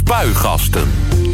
Spuigasten.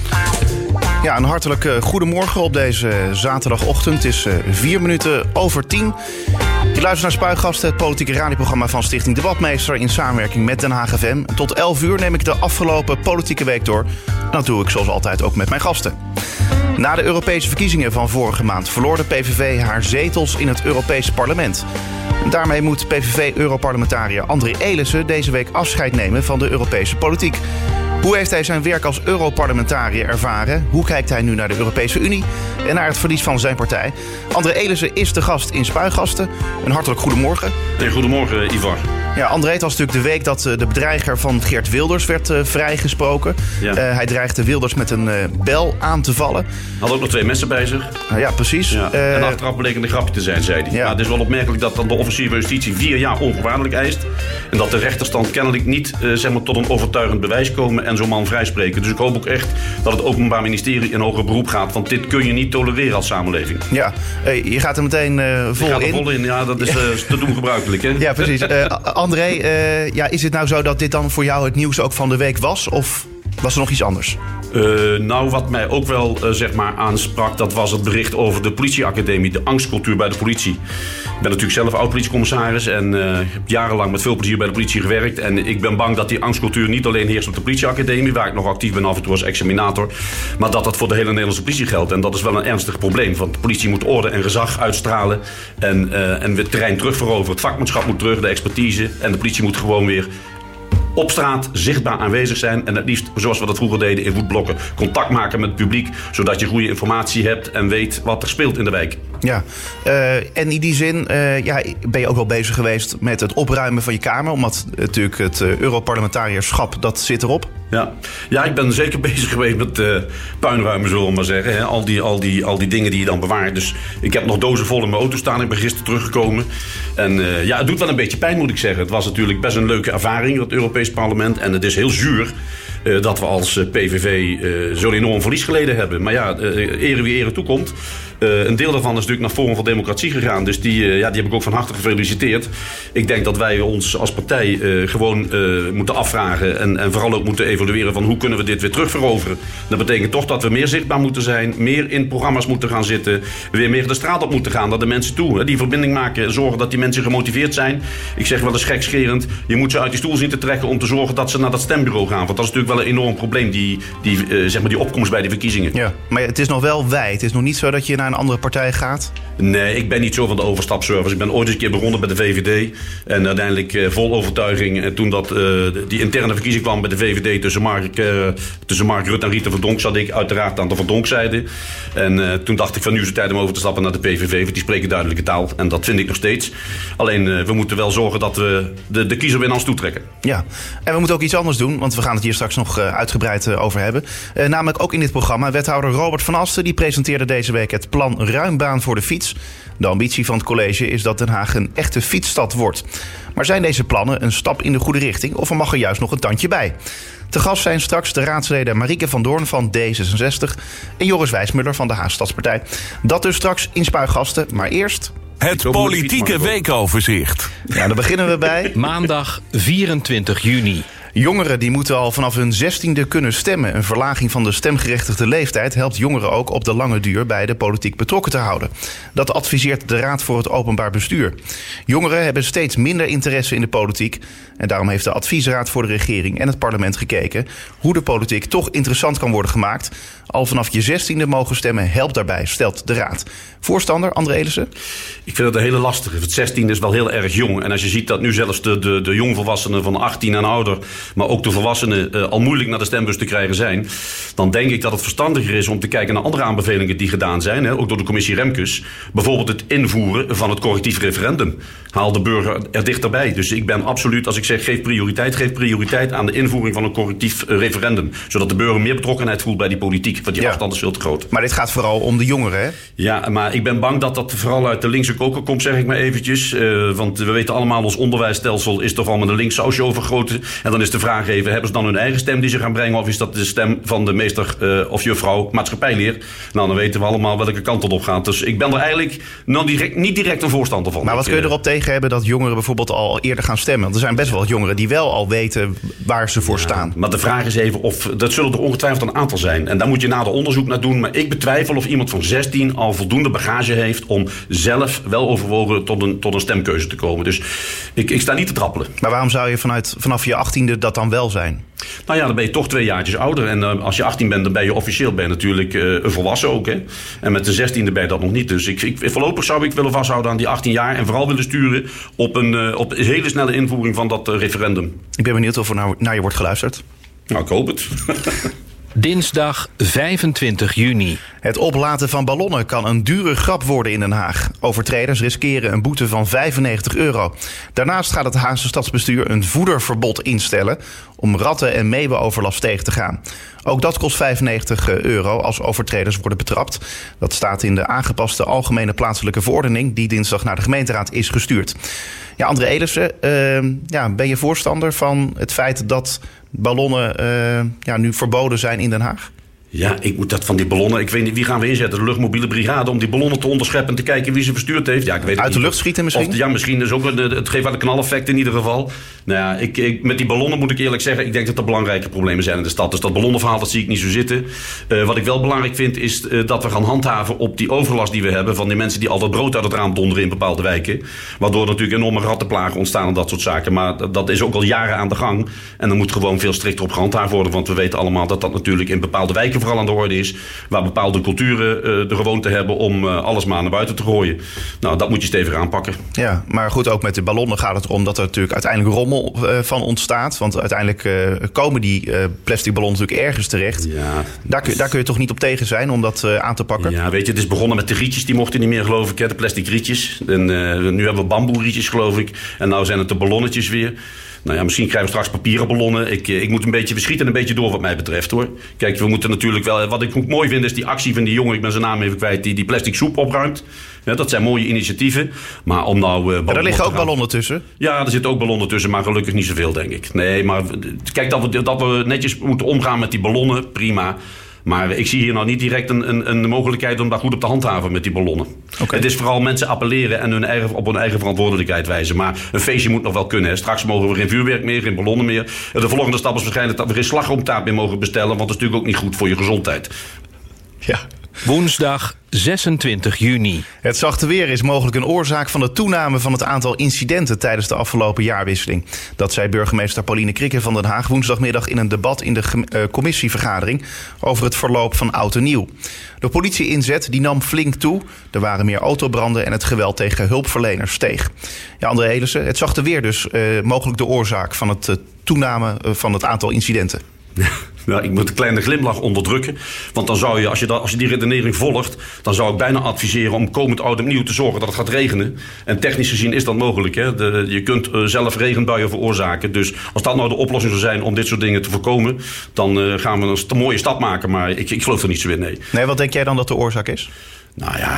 Ja, een hartelijk goedemorgen op deze zaterdagochtend. Het is 4 minuten over 10. Je luistert naar Spuigasten, het politieke radioprogramma van Stichting Debatmeester in samenwerking met Den Haag FM. Tot 11 uur neem ik de afgelopen politieke week door. En dat doe ik zoals altijd ook met mijn gasten. Na de Europese verkiezingen van vorige maand verloor de PVV haar zetels in het Europese parlement. En daarmee moet PVV-europarlementariër André Elissen deze week afscheid nemen van de Europese politiek. Hoe heeft hij zijn werk als Europarlementariër ervaren? Hoe kijkt hij nu naar de Europese Unie en naar het verlies van zijn partij? André Elissen is de gast in Spuigasten. Een hartelijk goedemorgen. Hey, goedemorgen, Ivar. Ja, André, het was natuurlijk de week dat de bedreiger van Geert Wilders werd vrijgesproken. Ja. Hij dreigde Wilders met een bel aan te vallen. Had ook nog 2 messen bij zich. Ja, precies. Ja. En achteraf bleek een grapje te zijn, zei hij. Ja. Maar het is wel opmerkelijk dat dan de officier van justitie 4 jaar onvoorwaardelijk eist. En dat de rechterstand kennelijk niet tot een overtuigend bewijs komen en zo'n man vrijspreken. Dus ik hoop ook echt dat het Openbaar Ministerie in hoger beroep gaat. Want dit kun je niet tolereren als samenleving. Ja, je gaat er meteen vol in. Je gaat er vol in, ja, dat is te doen gebruikelijk. Hè? Ja, precies. André, is het nou zo dat dit dan voor jou het nieuws ook van de week was? Of was er nog iets anders? Wat mij ook wel aansprak, dat was het bericht over de politieacademie, de angstcultuur bij de politie. Ik ben natuurlijk zelf oud-politiecommissaris en heb jarenlang met veel plezier bij de politie gewerkt. En ik ben bang dat die angstcultuur niet alleen heerst op de politieacademie, waar ik nog actief ben af en toe als examinator, maar dat voor de hele Nederlandse politie geldt. En dat is wel een ernstig probleem, want de politie moet orde en gezag uitstralen en het terrein terugveroveren. Het vakmanschap moet terug, de expertise, en de politie moet gewoon weer op straat zichtbaar aanwezig zijn. En het liefst, zoals we dat vroeger deden, in voetblokken contact maken met het publiek, zodat je goede informatie hebt en weet wat er speelt in de wijk. Ja, en in die zin ben je ook wel bezig geweest met het opruimen van je Kamer. Omdat natuurlijk het Europarlementariërschap, dat zit erop. Ja, ik ben zeker bezig geweest met puinruimen, zullen we maar zeggen. Hè. Al die dingen die je dan bewaart. Dus ik heb nog dozen vol in mijn auto staan. Ik ben gisteren teruggekomen. En het doet wel een beetje pijn, moet ik zeggen. Het was natuurlijk best een leuke ervaring, dat Europees Parlement. En het is heel zuur dat we als PVV zo'n enorm verlies geleden hebben. Maar ja, ere wie ere toekomt. Een deel daarvan is natuurlijk naar Forum voor Democratie gegaan. Dus die heb ik ook van harte gefeliciteerd. Ik denk dat wij ons als partij gewoon moeten afvragen. En vooral ook moeten evalueren van hoe kunnen we dit weer terugveroveren. Dat betekent toch dat we meer zichtbaar moeten zijn. Meer in programma's moeten gaan zitten. Weer meer de straat op moeten gaan naar de mensen toe. Die verbinding maken. Zorgen dat die mensen gemotiveerd zijn. Ik zeg wel eens gekscherend. Je moet ze uit die stoel zien te trekken om te zorgen dat ze naar dat stembureau gaan. Want dat is natuurlijk wel een enorm probleem. Die opkomst bij de verkiezingen. Ja, maar het is nog wel wij. Het is nog niet zo dat je naar een andere partij gaat? Nee, ik ben niet zo van de overstapservice. Ik ben ooit eens een keer begonnen bij de VVD. En uiteindelijk vol overtuiging. Toen die interne verkiezing kwam bij de VVD tussen Mark Rutte en Rita Verdonk, zat ik uiteraard aan de Verdonk-zijde. En toen dacht ik van nu is het tijd om over te stappen naar de PVV. Want die spreken duidelijke taal. En dat vind ik nog steeds. Alleen we moeten wel zorgen dat we de kiezer weer naar ons toetrekken. Ja, en we moeten ook iets anders doen. Want we gaan het hier straks nog uitgebreid over hebben. Namelijk ook in dit programma. Wethouder Robert van Asten die presenteerde deze week het plan Ruimbaan voor de fiets. De ambitie van het college is dat Den Haag een echte fietsstad wordt. Maar zijn deze plannen een stap in de goede richting of mag er juist nog een tandje bij? Te gast zijn straks de raadsleden Marieke van Doorn van D66 en Joris Wijsmuller van de Haagse Stadspartij. Dat dus straks in Spuigasten, maar eerst het politieke weekoverzicht. Ja, dan beginnen we bij maandag 24 juni. Jongeren die moeten al vanaf hun 16e kunnen stemmen. Een verlaging van de stemgerechtigde leeftijd helpt jongeren ook op de lange duur bij de politiek betrokken te houden. Dat adviseert de Raad voor het Openbaar Bestuur. Jongeren hebben steeds minder interesse in de politiek. En daarom heeft de adviesraad voor de regering en het parlement gekeken hoe de politiek toch interessant kan worden gemaakt. Al vanaf je 16e mogen stemmen helpt daarbij, stelt de Raad. Voorstander André Elissen? Ik vind het een hele lastige. Het 16 is wel heel erg jong. En als je ziet dat nu zelfs de jongvolwassenen van 18 en ouder, maar ook de volwassenen al moeilijk naar de stembus te krijgen zijn, dan denk ik dat het verstandiger is om te kijken naar andere aanbevelingen die gedaan zijn, ook door de commissie Remkes. Bijvoorbeeld het invoeren van het correctief referendum. Haal de burger er dichterbij. Dus ik ben absoluut, als ik zeg geef prioriteit aan de invoering van een correctief referendum. Zodat de burger meer betrokkenheid voelt bij die politiek. Want die afstand is veel te groot. Maar dit gaat vooral om de jongeren, hè? Ja, maar ik ben bang dat dat vooral uit de linkse koker komt, zeg ik maar eventjes. Want we weten allemaal, ons onderwijsstelsel is toch al met een links sausje overgoten. En dan is is de vraag even, hebben ze dan hun eigen stem die ze gaan brengen? Of is dat de stem van de meester of juffrouw maatschappijleer? Nou, dan weten we allemaal welke kant het op gaat. Dus ik ben er eigenlijk niet direct een voorstander van. Maar wat kun je erop tegen hebben dat jongeren bijvoorbeeld al eerder gaan stemmen? Want er zijn best wel wat jongeren die wel al weten waar ze voor staan. Maar de vraag is even dat zullen er ongetwijfeld een aantal zijn. En daar moet je nader onderzoek naar doen. Maar ik betwijfel of iemand van 16 al voldoende bagage heeft om zelf wel overwogen tot een stemkeuze te komen. Dus ik sta niet te trappelen. Maar waarom zou je vanaf je 18e dat dan wel zijn? Nou ja, dan ben je toch 2 jaartjes ouder. En als je 18 bent, dan ben je officieel natuurlijk een volwassen ook. Hè? En met de 16e ben je dat nog niet. Dus voorlopig zou ik willen vasthouden aan die 18 jaar. En vooral willen sturen op een hele snelle invoering van dat referendum. Ik ben benieuwd of er naar je wordt geluisterd. Nou, ik hoop het. Dinsdag 25 juni. Het oplaten van ballonnen kan een dure grap worden in Den Haag. Overtreders riskeren een boete van €95. Daarnaast gaat het Haagse stadsbestuur een voederverbod instellen om ratten- en meeuwenoverlast tegen te gaan. Ook dat kost €95 als overtreders worden betrapt. Dat staat in de aangepaste Algemene Plaatselijke Verordening die dinsdag naar de gemeenteraad is gestuurd. Ja, André Elissen, ben je voorstander van het feit dat ballonnen nu verboden zijn in Den Haag? Ja, ik moet dat van die ballonnen. Ik weet niet, wie gaan we inzetten? De luchtmobiele brigade om die ballonnen te onderscheppen en te kijken wie ze verstuurd heeft. Ja, ik weet het uit de niet. Lucht schieten misschien? Misschien is ook het geeft wel een knaleffect in ieder geval. Nou ja, met die ballonnen moet ik eerlijk zeggen, ik denk dat er belangrijke problemen zijn in de stad. Dus dat ballonnenverhaal, dat zie ik niet zo zitten. Wat ik wel belangrijk vind, is dat we gaan handhaven op die overlast die we hebben van die mensen die al dat brood uit het raam donderen in bepaalde wijken. Waardoor natuurlijk enorme rattenplagen ontstaan en dat soort zaken. Maar dat is ook al jaren aan de gang. En er moet gewoon veel strikter op gehandhaafd worden. Want we weten allemaal dat dat natuurlijk in bepaalde wijken vooral aan de orde is. Waar bepaalde culturen de gewoonte hebben om alles maar naar buiten te gooien. Nou, dat moet je stevig aanpakken. Ja, maar goed, ook met de ballonnen gaat het om dat er natuurlijk uiteindelijk rommel van ontstaat. Want uiteindelijk komen die plastic ballonnen natuurlijk ergens terecht. Ja. Daar kun je toch niet op tegen zijn om dat aan te pakken? Ja, weet je, het is begonnen met de rietjes. Die mochten niet meer, geloof ik. Hè, de plastic rietjes. En nu hebben we bamboe rietjes, geloof ik. En nou zijn het de ballonnetjes weer. Nou ja, misschien krijgen we straks papieren ballonnen. We schieten een beetje door wat mij betreft, hoor. Kijk, we moeten natuurlijk wel... Wat ik ook mooi vind is die actie van die jongen, ik ben zijn naam even kwijt, die plastic soep opruimt. Ja, dat zijn mooie initiatieven. Maar om nou... er liggen ook ballonnen tussen? Ja, er zitten ook ballonnen tussen, maar gelukkig niet zoveel, denk ik. Nee, maar kijk, dat we netjes moeten omgaan met die ballonnen, prima. Maar ik zie hier nou niet direct een mogelijkheid om daar goed op te handhaven met die ballonnen. Okay. Het is vooral mensen appelleren en op hun eigen verantwoordelijkheid wijzen. Maar een feestje moet nog wel kunnen. Hè. Straks mogen we geen vuurwerk meer, geen ballonnen meer. De volgende stap is waarschijnlijk dat we geen slagroomtaart meer mogen bestellen. Want dat is natuurlijk ook niet goed voor je gezondheid. Ja. Woensdag 26 juni. Het zachte weer is mogelijk een oorzaak van de toename van het aantal incidenten tijdens de afgelopen jaarwisseling. Dat zei burgemeester Pauline Krikke van Den Haag woensdagmiddag in een debat in de commissievergadering over het verloop van oud en nieuw. De politieinzet die nam flink toe. Er waren meer autobranden en het geweld tegen hulpverleners steeg. Ja, André Elissen, het zachte weer dus mogelijk de oorzaak van het toename van het aantal incidenten. Nou, ik moet een kleine glimlach onderdrukken. Want dan zou je, als je die redenering volgt, dan zou ik bijna adviseren om komend oud en nieuw te zorgen dat het gaat regenen. En technisch gezien is dat mogelijk. Hè? Je kunt zelf regenbuien veroorzaken. Dus als dat nou de oplossing zou zijn om dit soort dingen te voorkomen, dan gaan we een mooie stap maken. Maar ik geloof er niet zo in, nee. Nee, wat denk jij dan dat de oorzaak is? Nou ja,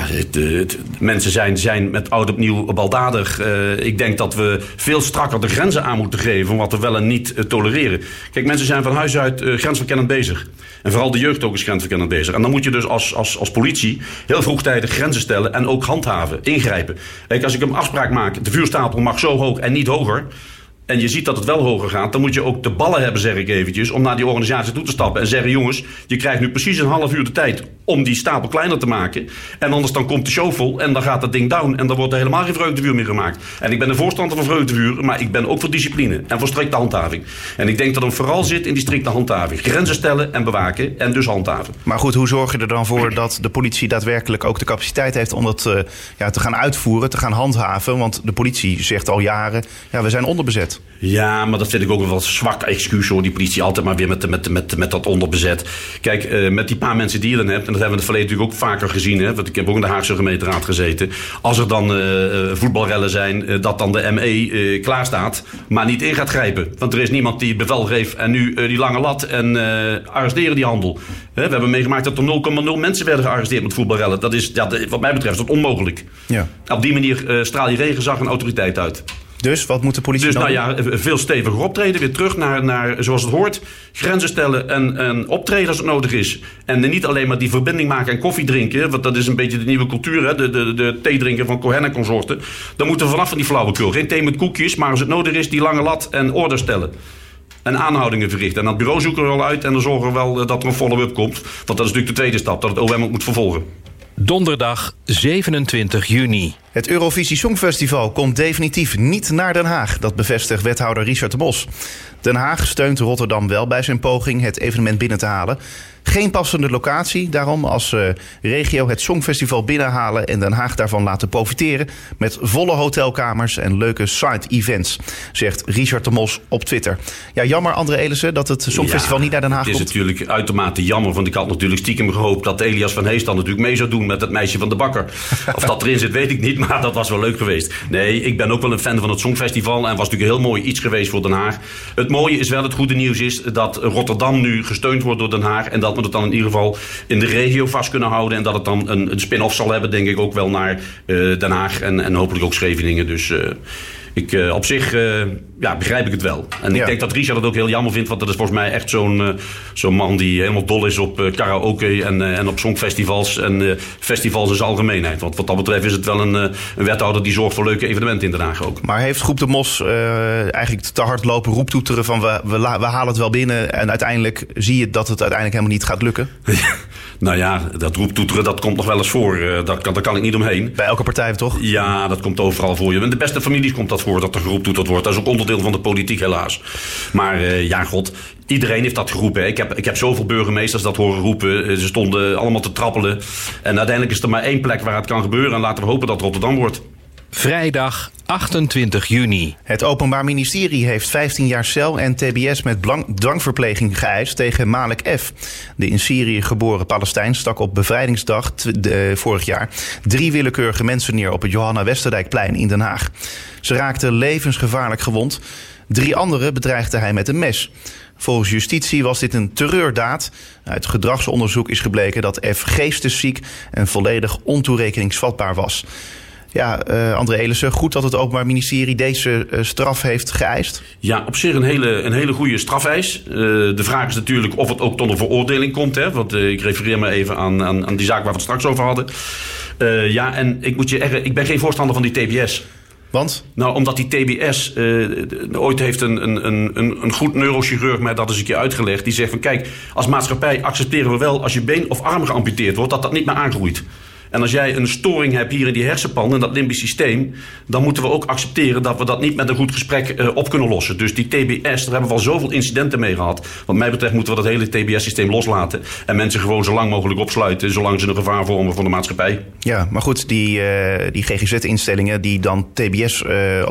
mensen zijn met oud opnieuw baldadig. Ik denk dat we veel strakker de grenzen aan moeten geven wat we wel en niet tolereren. Kijk, mensen zijn van huis uit grensverkennend bezig. En vooral de jeugd ook is grensverkennend bezig. En dan moet je dus als politie heel vroegtijdig grenzen stellen en ook handhaven, ingrijpen. Kijk, als ik een afspraak maak, de vuurstapel mag zo hoog en niet hoger, en je ziet dat het wel hoger gaat, dan moet je ook de ballen hebben, zeg ik eventjes, om naar die organisatie toe te stappen en zeggen: jongens, je krijgt nu precies een half uur de tijd om die stapel kleiner te maken. En anders dan komt de show vol en dan gaat dat ding down en dan wordt er helemaal geen vreugdevuur meer gemaakt. En ik ben een voorstander van vreugdevuur, maar ik ben ook voor discipline en voor strikte handhaving. En ik denk dat het vooral zit in die strikte handhaving. Grenzen stellen en bewaken en dus handhaven. Maar goed, hoe zorg je er dan voor dat de politie daadwerkelijk ook de capaciteit heeft om dat te gaan uitvoeren, te gaan handhaven? Want de politie zegt al jaren, we zijn onderbezet. Ja, maar dat vind ik ook wel een zwak excuus, hoor. Die politie altijd maar weer met dat onderbezet. Kijk, met die paar mensen die je dan hebt, en dat hebben we in het verleden natuurlijk ook vaker gezien, hè, want ik heb ook in de Haagse gemeenteraad gezeten. Als er dan voetbalrellen zijn, dat dan de ME klaar staat, maar niet in gaat grijpen. Want er is niemand die het bevel geeft en nu die lange lat en arresteren die handel. We hebben meegemaakt dat er 0,0 mensen werden gearresteerd met voetbalrellen. Dat is, wat mij betreft, is dat onmogelijk. Ja. Op die manier straal je regenzag en autoriteit uit. Dus wat moet de politie Dus dan doen? veel steviger optreden. Weer terug naar zoals het hoort. Grenzen stellen en optreden als het nodig is. En niet alleen maar die verbinding maken en koffie drinken. Want dat is een beetje de nieuwe cultuur. Hè? De thee drinken van Cohen en consorten. Dan moeten we vanaf van die flauwekul. Geen thee met koekjes. Maar als het nodig is, die lange lat en orde stellen. En aanhoudingen verrichten. En dat bureau zoeken we wel uit. En dan zorgen we wel dat er een follow-up komt. Want dat is natuurlijk de tweede stap. Dat het OM ook moet vervolgen. Donderdag 27 juni. Het Eurovisie Songfestival komt definitief niet naar Den Haag. Dat bevestigt wethouder Richard de Mos. Den Haag steunt Rotterdam wel bij zijn poging het evenement binnen te halen. Geen passende locatie, daarom als regio het Songfestival binnenhalen en Den Haag daarvan laten profiteren met volle hotelkamers en leuke side-events, zegt Richard de Mos op Twitter. Ja, jammer André Elissen dat het Songfestival niet naar Den Haag komt. Het is natuurlijk uitermate jammer, want ik had natuurlijk stiekem gehoopt dat Elias van Hees dan natuurlijk mee zou doen met het meisje van de bakker. Of dat erin zit, weet ik niet, maar dat was wel leuk geweest. Nee, ik ben ook wel een fan van het Songfestival en was natuurlijk een heel mooi iets geweest voor Den Haag. Het mooie is wel, het goede nieuws is dat Rotterdam nu gesteund wordt door Den Haag en dat we het dan in ieder geval in de regio vast kunnen houden. En dat het dan een spin-off zal hebben, denk ik ook wel naar Den Haag en hopelijk ook Scheveningen. Dus op zich begrijp ik het wel. En ik denk dat Richard het ook heel jammer vindt, want dat is volgens mij echt zo'n man die helemaal dol is op karaoke en op songfestivals en festivals in zijn algemeenheid. Want wat dat betreft is het wel een wethouder die zorgt voor leuke evenementen in Den Haag ook. Maar heeft Groep de Mos eigenlijk te hard lopen roeptoeteren van we halen het wel binnen en uiteindelijk zie je dat het uiteindelijk helemaal niet gaat lukken? Nou ja, dat roeptoeteren, dat komt nog wel eens voor. Daar kan ik niet omheen. Bij elke partij toch? Ja, dat komt overal voor je. In de beste families komt dat voor, dat er geroeptoeterd wordt. Dat is ook onderdeel van de politiek helaas. Maar god, iedereen heeft dat geroepen. Ik heb zoveel burgemeesters dat horen roepen. Ze stonden allemaal te trappelen. En uiteindelijk is er maar één plek waar het kan gebeuren. En laten we hopen dat Rotterdam wordt. Vrijdag 28 juni. Het Openbaar Ministerie heeft 15 jaar cel en tbs met dwangverpleging geëist tegen Malek F. De in Syrië geboren Palestijn stak op bevrijdingsdag vorig jaar 3 willekeurige mensen neer op het Johanna Westerdijkplein in Den Haag. Ze raakten levensgevaarlijk gewond. 3 anderen bedreigde hij met een mes. Volgens justitie was dit een terreurdaad. Uit gedragsonderzoek is gebleken dat F geestesziek en volledig ontoerekeningsvatbaar was. Ja, André Elissen, goed dat het Openbaar Ministerie deze straf heeft geëist? Ja, op zich een hele goede strafeis. De vraag is natuurlijk of het ook tot een veroordeling komt. Hè? Want ik refereer me even aan die zaak waar we het straks over hadden. En ik moet je zeggen, ik ben geen voorstander van die TBS. Want? Nou, omdat die TBS... ooit heeft een goed neurochirurg mij dat eens een keer uitgelegd. Die zegt van kijk, als maatschappij accepteren we wel als je been of arm geamputeerd wordt, dat niet meer aangroeit. En als jij een storing hebt hier in die hersenpan, in dat limbisch systeem, dan moeten we ook accepteren dat we dat niet met een goed gesprek op kunnen lossen. Dus die TBS, daar hebben we al zoveel incidenten mee gehad. Wat mij betreft moeten we dat hele TBS-systeem loslaten. En mensen gewoon zo lang mogelijk opsluiten, zolang ze een gevaar vormen voor de maatschappij. Ja, maar goed, die GGZ-instellingen die dan TBS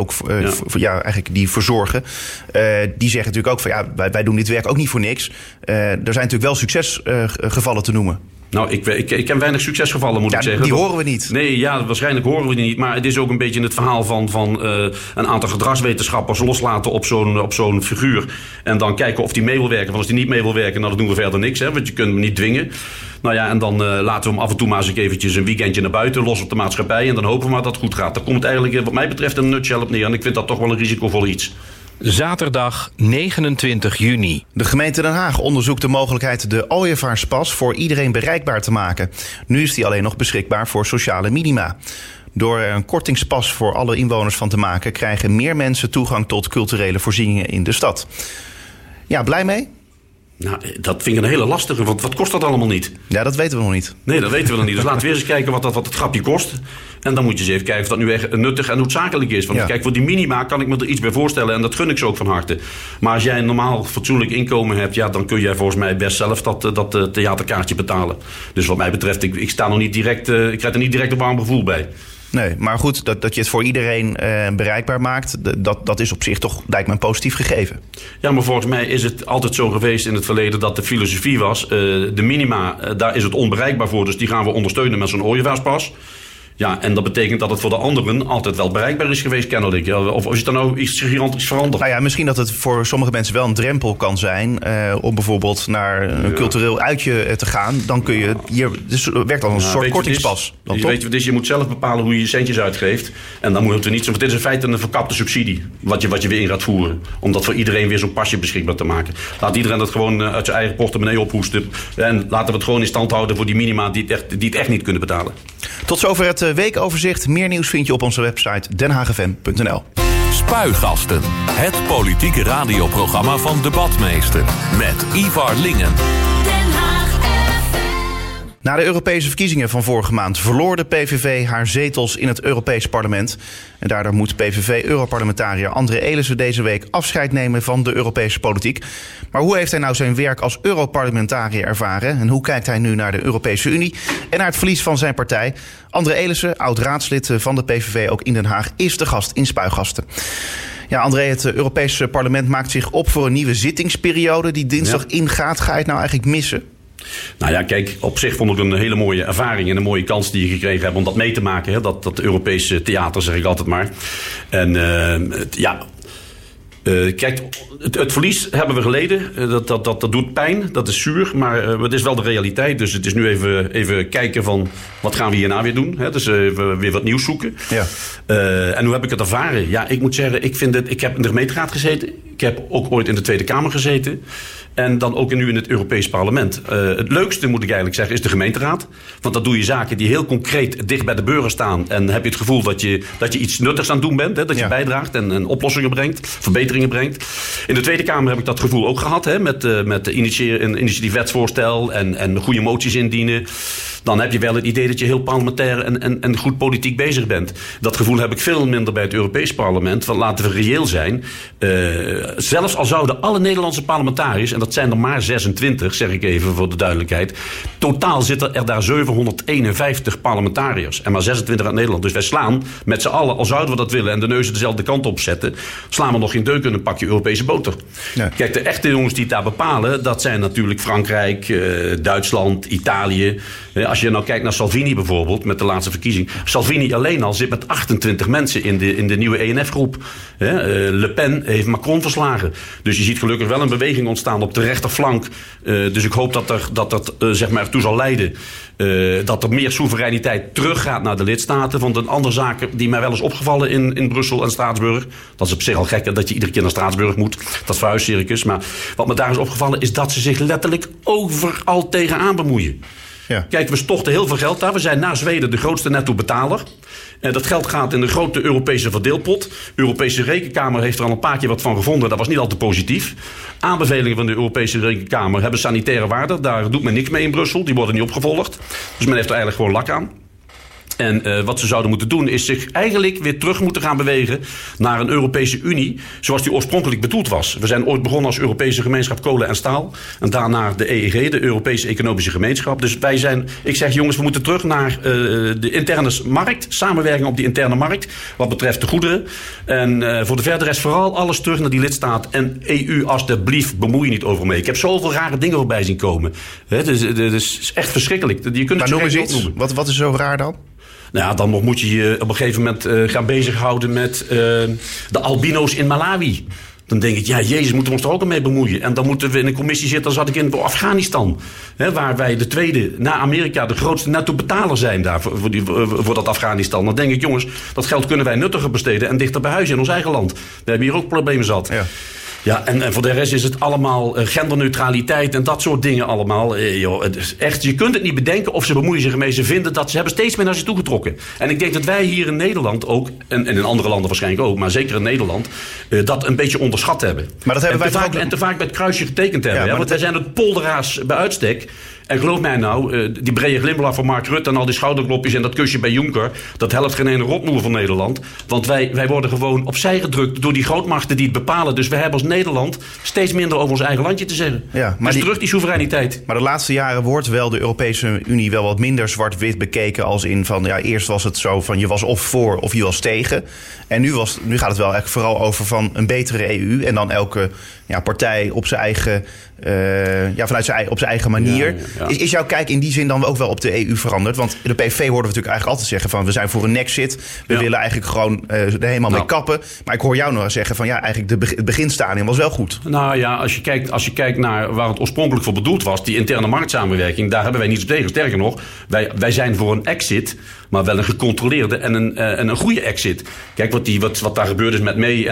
eigenlijk die verzorgen, die zeggen natuurlijk ook van ja, wij doen dit werk ook niet voor niks. Er zijn natuurlijk wel succesgevallen te noemen. Nou, ik ken weinig succesgevallen, moet ik zeggen. Die horen we niet. Nee, ja, waarschijnlijk horen we die niet. Maar het is ook een beetje het verhaal van een aantal gedragswetenschappers loslaten op zo'n figuur. En dan kijken of die mee wil werken. Want als die niet mee wil werken, nou, dan doen we verder niks. Hè, want je kunt hem niet dwingen. Nou ja, en dan laten we hem af en toe maar eens eventjes een weekendje naar buiten, los op de maatschappij. En dan hopen we maar dat het goed gaat. Daar komt het eigenlijk, wat mij betreft, een nutshell op neer. En ik vind dat toch wel een risicovol iets. Zaterdag 29 juni. De gemeente Den Haag onderzoekt de mogelijkheid de ooievaarspas voor iedereen bereikbaar te maken. Nu is die alleen nog beschikbaar voor sociale minima. Door er een kortingspas voor alle inwoners van te maken, krijgen meer mensen toegang tot culturele voorzieningen in de stad. Ja, blij mee? Nou, dat vind ik een hele lastige, want wat kost dat allemaal niet? Ja, dat weten we nog niet. Nee, dat weten we nog niet. Dus laten we weer eens kijken wat het grapje kost. En dan moet je eens even kijken of dat nu echt nuttig en noodzakelijk is. Want kijk, voor die minima kan ik me er iets bij voorstellen en dat gun ik ze ook van harte. Maar als jij een normaal fatsoenlijk inkomen hebt, ja, dan kun jij volgens mij best zelf dat theaterkaartje betalen. Dus wat mij betreft, ik sta nog niet direct, ik krijg er niet direct een warm gevoel bij. Nee, maar goed, dat je het voor iedereen bereikbaar maakt, dat is op zich toch, lijkt me een positief gegeven. Ja, maar volgens mij is het altijd zo geweest in het verleden dat de filosofie was, de minima, daar is het onbereikbaar voor, dus die gaan we ondersteunen met zo'n ooievaarspas. Ja, en dat betekent dat het voor de anderen altijd wel bereikbaar is geweest, kennelijk. Ja, of is er nou iets gigantisch veranderd? Nou ja, misschien dat het voor sommige mensen wel een drempel kan zijn om bijvoorbeeld naar een cultureel uitje te gaan. Dan kun je dus het werkt als een soort kortingspas. Je moet zelf bepalen hoe je je centjes uitgeeft. En dan moet het niet zo. Het is in feite een verkapte subsidie wat je weer in gaat voeren. Om dat voor iedereen weer zo'n pasje beschikbaar te maken. Laat iedereen dat gewoon uit zijn eigen portemonnee ophoesten. En laten we het gewoon in stand houden voor die minima die het echt niet kunnen betalen. Tot zover het weekoverzicht. Meer nieuws vind je op onze website denhagefm.nl. Spuigasten. Het politieke radioprogramma van Debatmeester. Met Ivar Lingen. Na de Europese verkiezingen van vorige maand verloor de PVV haar zetels in het Europees Parlement. En daardoor moet PVV-europarlementariër André Elissen deze week afscheid nemen van de Europese politiek. Maar hoe heeft hij nou zijn werk als Europarlementariër ervaren? En hoe kijkt hij nu naar de Europese Unie en naar het verlies van zijn partij? André Elissen, oud-raadslid van de PVV ook in Den Haag, is de gast in Spuigasten. Ja, André, het Europese parlement maakt zich op voor een nieuwe zittingsperiode die dinsdag ingaat. Ga je het nou eigenlijk missen? Nou ja, kijk, op zich vond ik een hele mooie ervaring en een mooie kans die je gekregen hebt om dat mee te maken. Hè? Dat Europese theater, zeg ik altijd maar. En kijk, het verlies hebben we geleden. Dat doet pijn, dat is zuur, maar het is wel de realiteit. Dus het is nu even kijken van wat gaan we hierna weer doen. Hè? Dus weer wat nieuws zoeken. Ja. En hoe heb ik het ervaren? Ja, ik moet zeggen, ik heb in de gemeenteraad gezeten. Ik heb ook ooit in de Tweede Kamer gezeten. En dan ook nu in het Europees Parlement. Het leukste, moet ik eigenlijk zeggen, is de gemeenteraad. Want dan doe je zaken die heel concreet dicht bij de burger staan. En heb je het gevoel dat je iets nuttigs aan het doen bent. Hè? Dat je bijdraagt en oplossingen brengt, verbeteringen brengt. In de Tweede Kamer heb ik dat gevoel ook gehad. Hè? Met een initiatief wetsvoorstel en goede moties indienen. Dan heb je wel het idee dat je heel parlementair en goed politiek bezig bent. Dat gevoel heb ik veel minder bij het Europees Parlement. Want laten we reëel zijn. Zelfs al zouden alle Nederlandse parlementariërs, en dat zijn er maar 26, zeg ik even voor de duidelijkheid. Totaal zitten er daar 751 parlementariërs. En maar 26 uit Nederland. Dus wij slaan met z'n allen, al zouden we dat willen en de neuzen dezelfde kant op zetten, slaan we nog geen deuk in een pakje Europese boter. Ja. Kijk, de echte jongens die het daar bepalen, dat zijn natuurlijk Frankrijk, Duitsland, Italië. Als je nou kijkt naar Salvini bijvoorbeeld, met de laatste verkiezing. Salvini alleen al zit met 28 mensen in de nieuwe ENF-groep. Le Pen heeft Macron verslagen. Dus je ziet gelukkig wel een beweging ontstaan op de rechterflank. Dus ik hoop dat zeg maar ertoe zal leiden dat er meer soevereiniteit teruggaat naar de lidstaten. Want een andere zaak die mij wel eens opgevallen in Brussel en Straatsburg. Dat is op zich al gek dat je iedere keer naar Straatsburg moet. Dat verhuiscircus. Maar wat me daar is opgevallen is dat ze zich letterlijk overal tegenaan bemoeien. Ja. Kijk, we storten heel veel geld daar. We zijn na Zweden de grootste netto-betaler. Dat geld gaat in de grote Europese verdeelpot. De Europese Rekenkamer heeft er al een paar keer wat van gevonden. Dat was niet al te positief. Aanbevelingen van de Europese Rekenkamer hebben sanitaire waarde. Daar doet men niks mee in Brussel. Die worden niet opgevolgd. Dus men heeft er eigenlijk gewoon lak aan. En wat ze zouden moeten doen is zich eigenlijk weer terug moeten gaan bewegen naar een Europese Unie zoals die oorspronkelijk bedoeld was. We zijn ooit begonnen als Europese gemeenschap kolen en staal. En daarna de EEG, de Europese Economische Gemeenschap. Dus ik zeg jongens, we moeten terug naar de interne markt. Samenwerking op die interne markt wat betreft de goederen. En voor de verder rest vooral alles terug naar die lidstaat. En EU, alsjeblieft, bemoei je niet over mee. Ik heb zoveel rare dingen voorbij zien komen. Het is echt verschrikkelijk. Je kunt het maar noem eens iets. Wat is zo raar dan? Nou ja, dan moet je je op een gegeven moment gaan bezighouden met de albino's in Malawi. Dan denk ik, ja, jezus, moeten we ons er ook mee bemoeien. En dan moeten we in een commissie zitten, dan zat ik in Afghanistan. Hè, waar wij de tweede, na Amerika, de grootste netto-betaler zijn daar voor dat Afghanistan. Dan denk ik, jongens, dat geld kunnen wij nuttiger besteden en dichter bij huis in ons eigen land. We hebben hier ook problemen zat. Ja. Ja, en voor de rest is het allemaal genderneutraliteit en dat soort dingen allemaal. Het is echt, je kunt het niet bedenken of ze bemoeien zich ermee. Ze vinden dat ze hebben steeds meer naar zich toegetrokken. En ik denk dat wij hier in Nederland ook, en in andere landen waarschijnlijk ook, maar zeker in Nederland, dat een beetje onderschat hebben. Maar dat hebben en te vaak bij het kruisje getekend hebben. Ja, want wij zijn het polderaars bij uitstek. En geloof mij nou, die brede glimlach van Mark Rutte en al die schouderklopjes en dat kusje bij Juncker, dat helpt geen ene rotmoer van Nederland. Want wij worden gewoon opzij gedrukt door die grootmachten die het bepalen. Dus we hebben als Nederland steeds minder over ons eigen landje te zeggen. Ja, maar dus terug die soevereiniteit. Maar de laatste jaren wordt wel de Europese Unie wel wat minder zwart-wit bekeken als in van, ja, eerst was het zo van je was of voor of je was tegen. En nu gaat het wel echt vooral over van een betere EU en dan elke partij op zijn eigen, op zijn eigen manier. Ja. Is jouw kijk in die zin dan ook wel op de EU veranderd? Want de PVV hoorden we natuurlijk eigenlijk altijd zeggen van we zijn voor een nexit. We willen eigenlijk gewoon er helemaal mee kappen. Maar ik hoor jou nog zeggen van eigenlijk het beginstadium was wel goed. Nou ja, als je kijkt naar waar het oorspronkelijk voor bedoeld was, die interne marktsamenwerking, daar hebben wij niets op tegen. Sterker nog, wij zijn voor een exit, maar wel een gecontroleerde en een goede exit. Kijk, wat daar gebeurd is met May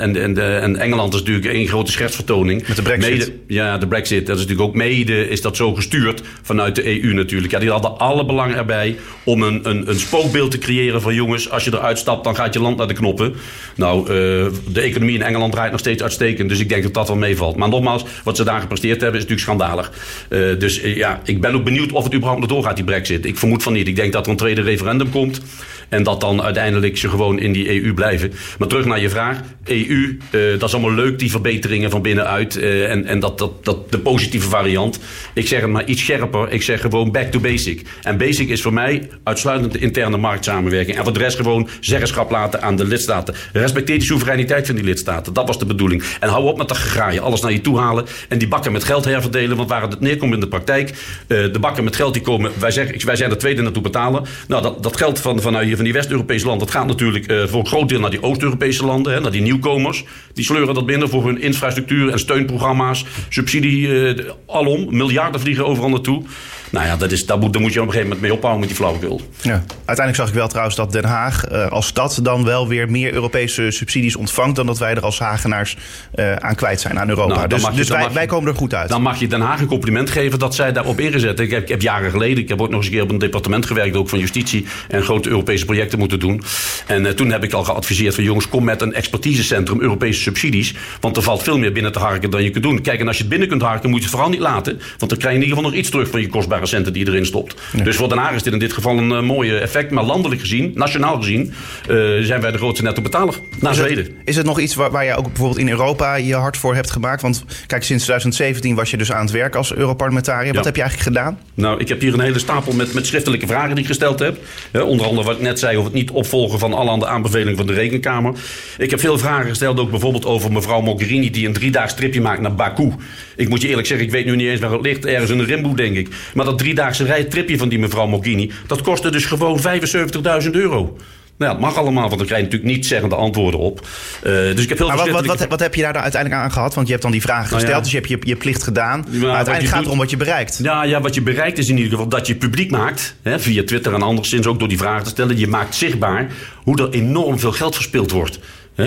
en Engeland is natuurlijk één grote schertsvertoning. Met de Brexit. De Brexit. Dat is natuurlijk ook mede is dat zo gestuurd vanuit de EU natuurlijk. Ja, die hadden alle belang erbij om een spookbeeld te creëren van jongens, als je eruit stapt, dan gaat je land naar de knoppen. Nou, de economie in Engeland draait nog steeds uitstekend, dus ik denk dat dat wel meevalt. Maar nogmaals, wat ze daar gepresteerd hebben is natuurlijk schandalig. Dus ik ben ook benieuwd of het überhaupt nog doorgaat, die Brexit. Ik vermoed van niet. Ik denk dat er een tweede referendum komt en dat dan uiteindelijk ze gewoon in die EU blijven. Maar terug naar je vraag. EU, dat is allemaal leuk, die verbeteringen van binnenuit en dat de positieve variant. Ik zeg het maar iets scherper. Ik zeg gewoon back to basic. En basic is voor mij uitsluitend de interne marktsamenwerking. En voor de rest gewoon zeggenschap laten aan de lidstaten. Respecteer de soevereiniteit van die lidstaten. Dat was de bedoeling. En hou op met dat gegraaien. Alles naar je toe halen en die bakken met geld herverdelen. Want waar het neerkomt in de praktijk, de bakken met geld die komen, wij zijn de tweede naartoe betalen. Nou, dat geld van die West-Europese landen, dat gaat natuurlijk voor een groot deel naar die Oost-Europese landen, naar die nieuwkomers. Die sleuren dat binnen voor hun infrastructuur en steunprogramma's, subsidie, alom. Miljarden vliegen overal naartoe. Nou ja, daar moet je op een gegeven moment mee ophouden met die flauwekul. Ja. Uiteindelijk zag ik wel trouwens dat Den Haag als stad dan wel weer meer Europese subsidies ontvangt dan dat wij er als Hagenaars aan kwijt zijn aan Europa. Nou, wij komen er goed uit. Dan mag je Den Haag een compliment geven dat zij daarop ingezet. Ik heb jaren geleden, ik heb ook nog eens een keer op een departement gewerkt, ook van justitie, en grote Europese projecten moeten doen. En toen heb ik al geadviseerd van jongens, kom met een expertisecentrum Europese subsidies, want er valt veel meer binnen te harken dan je kunt doen. Kijk, en als je het binnen kunt harken, moet je het vooral niet laten, want dan krijg je in ieder geval nog iets terug van je kostbare centen die je erin stopt. Ja. Dus voor Den Haag is dit in dit geval een mooie effect. Maar landelijk gezien, nationaal gezien, zijn wij de grootste netto betaler. Na Zweden. Is het nog iets waar jij ook bijvoorbeeld in Europa je hard voor hebt gemaakt? Want kijk, sinds 2017 was je dus aan het werk als Europarlementariër. Wat heb je eigenlijk gedaan? Nou, ik heb hier een hele stapel met schriftelijke vragen die ik gesteld heb. Onder andere wat ik net zei over het niet opvolgen van alle aanbevelingen van de Rekenkamer. Ik heb veel vragen gesteld, ook bijvoorbeeld over mevrouw Mogherini die een 3-daags tripje maakt naar Baku. Ik moet je eerlijk zeggen, ik weet nu niet eens waar het ligt. Ergens in de Rimboe, denk ik. Maar dat 3-daagse tripje van die mevrouw Mogherini, dat kostte dus gewoon €75.000. Nou ja, het mag allemaal, want dan krijg je natuurlijk niet zeggende antwoorden op. Dus ik heb heel wat heb je daar dan uiteindelijk aan gehad? Want je hebt dan die vragen gesteld, dus je hebt je plicht gedaan. Maar uiteindelijk gaat het om wat je bereikt. Ja, wat je bereikt is in ieder geval dat je publiek maakt, via Twitter en anderszins ook door die vragen te stellen. Je maakt zichtbaar hoe er enorm veel geld verspild wordt.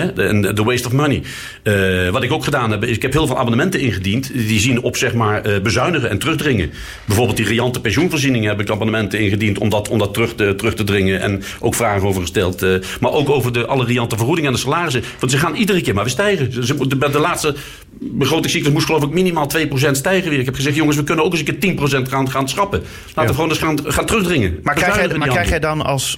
De waste of money. Wat ik ook gedaan heb, is ik heb heel veel abonnementen ingediend. Die zien op zeg maar bezuinigen en terugdringen. Bijvoorbeeld die riante pensioenvoorzieningen heb ik abonnementen ingediend om dat terug te dringen. En ook vragen over gesteld. Maar ook over alle riante vergoedingen en de salarissen. Want ze gaan iedere keer maar weer stijgen. Bij de laatste begrotingscyclus moest geloof ik minimaal 2% stijgen weer. Ik heb gezegd, jongens, we kunnen ook eens een keer 10% gaan schrappen. Laten we gewoon eens gaan terugdringen. Maar krijg jij dan als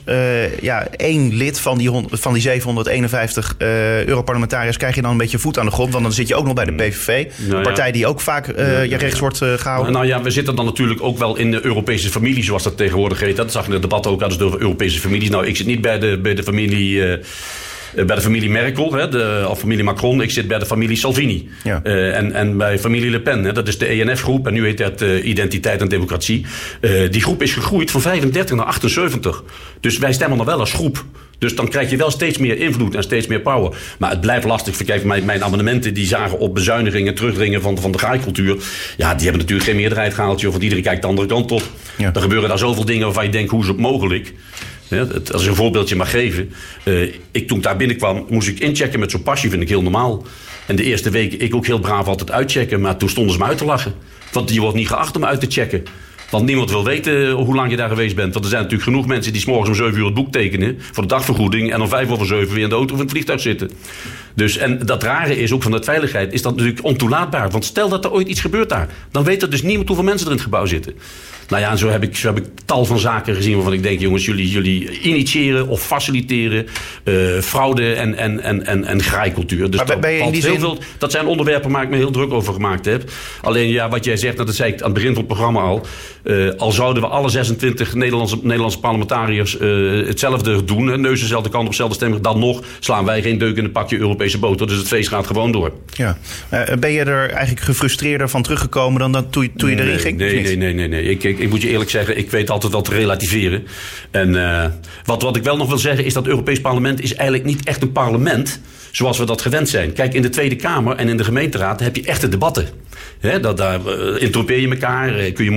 één lid van die 751 Europarlementariërs, krijg je dan een beetje voet aan de grond? Want dan zit je ook nog bij de PVV. Een partij die ook vaak rechts wordt gehouden. Nou ja, we zitten dan natuurlijk ook wel in de Europese familie, zoals dat tegenwoordig heet. Dat zag je in het debat ook, hadden ze over Europese families. Nou, ik zit niet bij de familie bij de familie Merkel, of familie Macron. Ik zit bij de familie Salvini. Ja. En bij familie Le Pen. Dat is de ENF-groep. En nu heet dat Identiteit en Democratie. Die groep is gegroeid van 35 naar 78. Dus wij stemmen nog wel als groep. Dus dan krijg je wel steeds meer invloed en steeds meer power. Maar het blijft lastig. Kijk, mijn abonnementen die zagen op bezuinigingen, terugdringen van de graaikultuur. Ja, die hebben natuurlijk geen meerderheid gehaald. Want iedereen kijkt de andere kant op. Ja. Er gebeuren daar zoveel dingen waarvan je denkt, hoe is het mogelijk? Ja, als ik een voorbeeldje mag geven. Toen ik daar binnenkwam, moest ik inchecken met zo'n pasje, vind ik heel normaal. En de eerste week ik ook heel braaf altijd uitchecken. Maar toen stonden ze me uit te lachen. Want je wordt niet geacht om uit te checken. Want niemand wil weten hoe lang je daar geweest bent. Want er zijn natuurlijk genoeg mensen die 's morgens om 7 uur het boek tekenen voor de dagvergoeding. En om 5:07 weer in de auto of in het vliegtuig zitten. Dus, en dat rare is ook van de veiligheid, is dat natuurlijk ontoelaatbaar. Want stel dat er ooit iets gebeurt daar. Dan weet er dus niemand hoeveel mensen er in het gebouw zitten. Nou ja, en zo heb ik tal van zaken gezien waarvan ik denk, jongens, jullie initiëren of faciliteren fraude en graaikultuur. Dus dat zijn onderwerpen waar ik me heel druk over gemaakt heb. Alleen ja, wat jij zegt, dat zei ik aan het begin van het programma al. Al zouden we alle 26 Nederlandse parlementariërs hetzelfde doen, neus dezelfde kant op, dezelfde stemming, dan nog slaan wij geen deuk in een pakje Europese boter. Dus het feest gaat gewoon door. Ja. Ben je er eigenlijk gefrustreerder van teruggekomen dan toen je erin ging? Nee. Ik moet je eerlijk zeggen, ik weet altijd wel te relativeren. En wat ik wel nog wil zeggen is dat het Europees Parlement is eigenlijk niet echt een parlement zoals we dat gewend zijn. Kijk, in de Tweede Kamer en in de gemeenteraad heb je echte debatten. Daar interropeer je elkaar.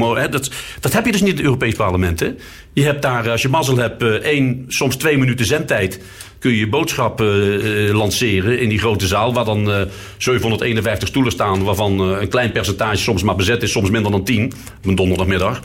Dat heb je dus niet in het Europees Parlement. Hè? Je hebt daar, als je mazzel hebt, 1, soms 2 minuten zendtijd. Kun je je boodschap lanceren in die grote zaal, waar dan 751 stoelen staan, waarvan een klein percentage soms maar bezet is, soms minder dan 10, op een donderdagmiddag.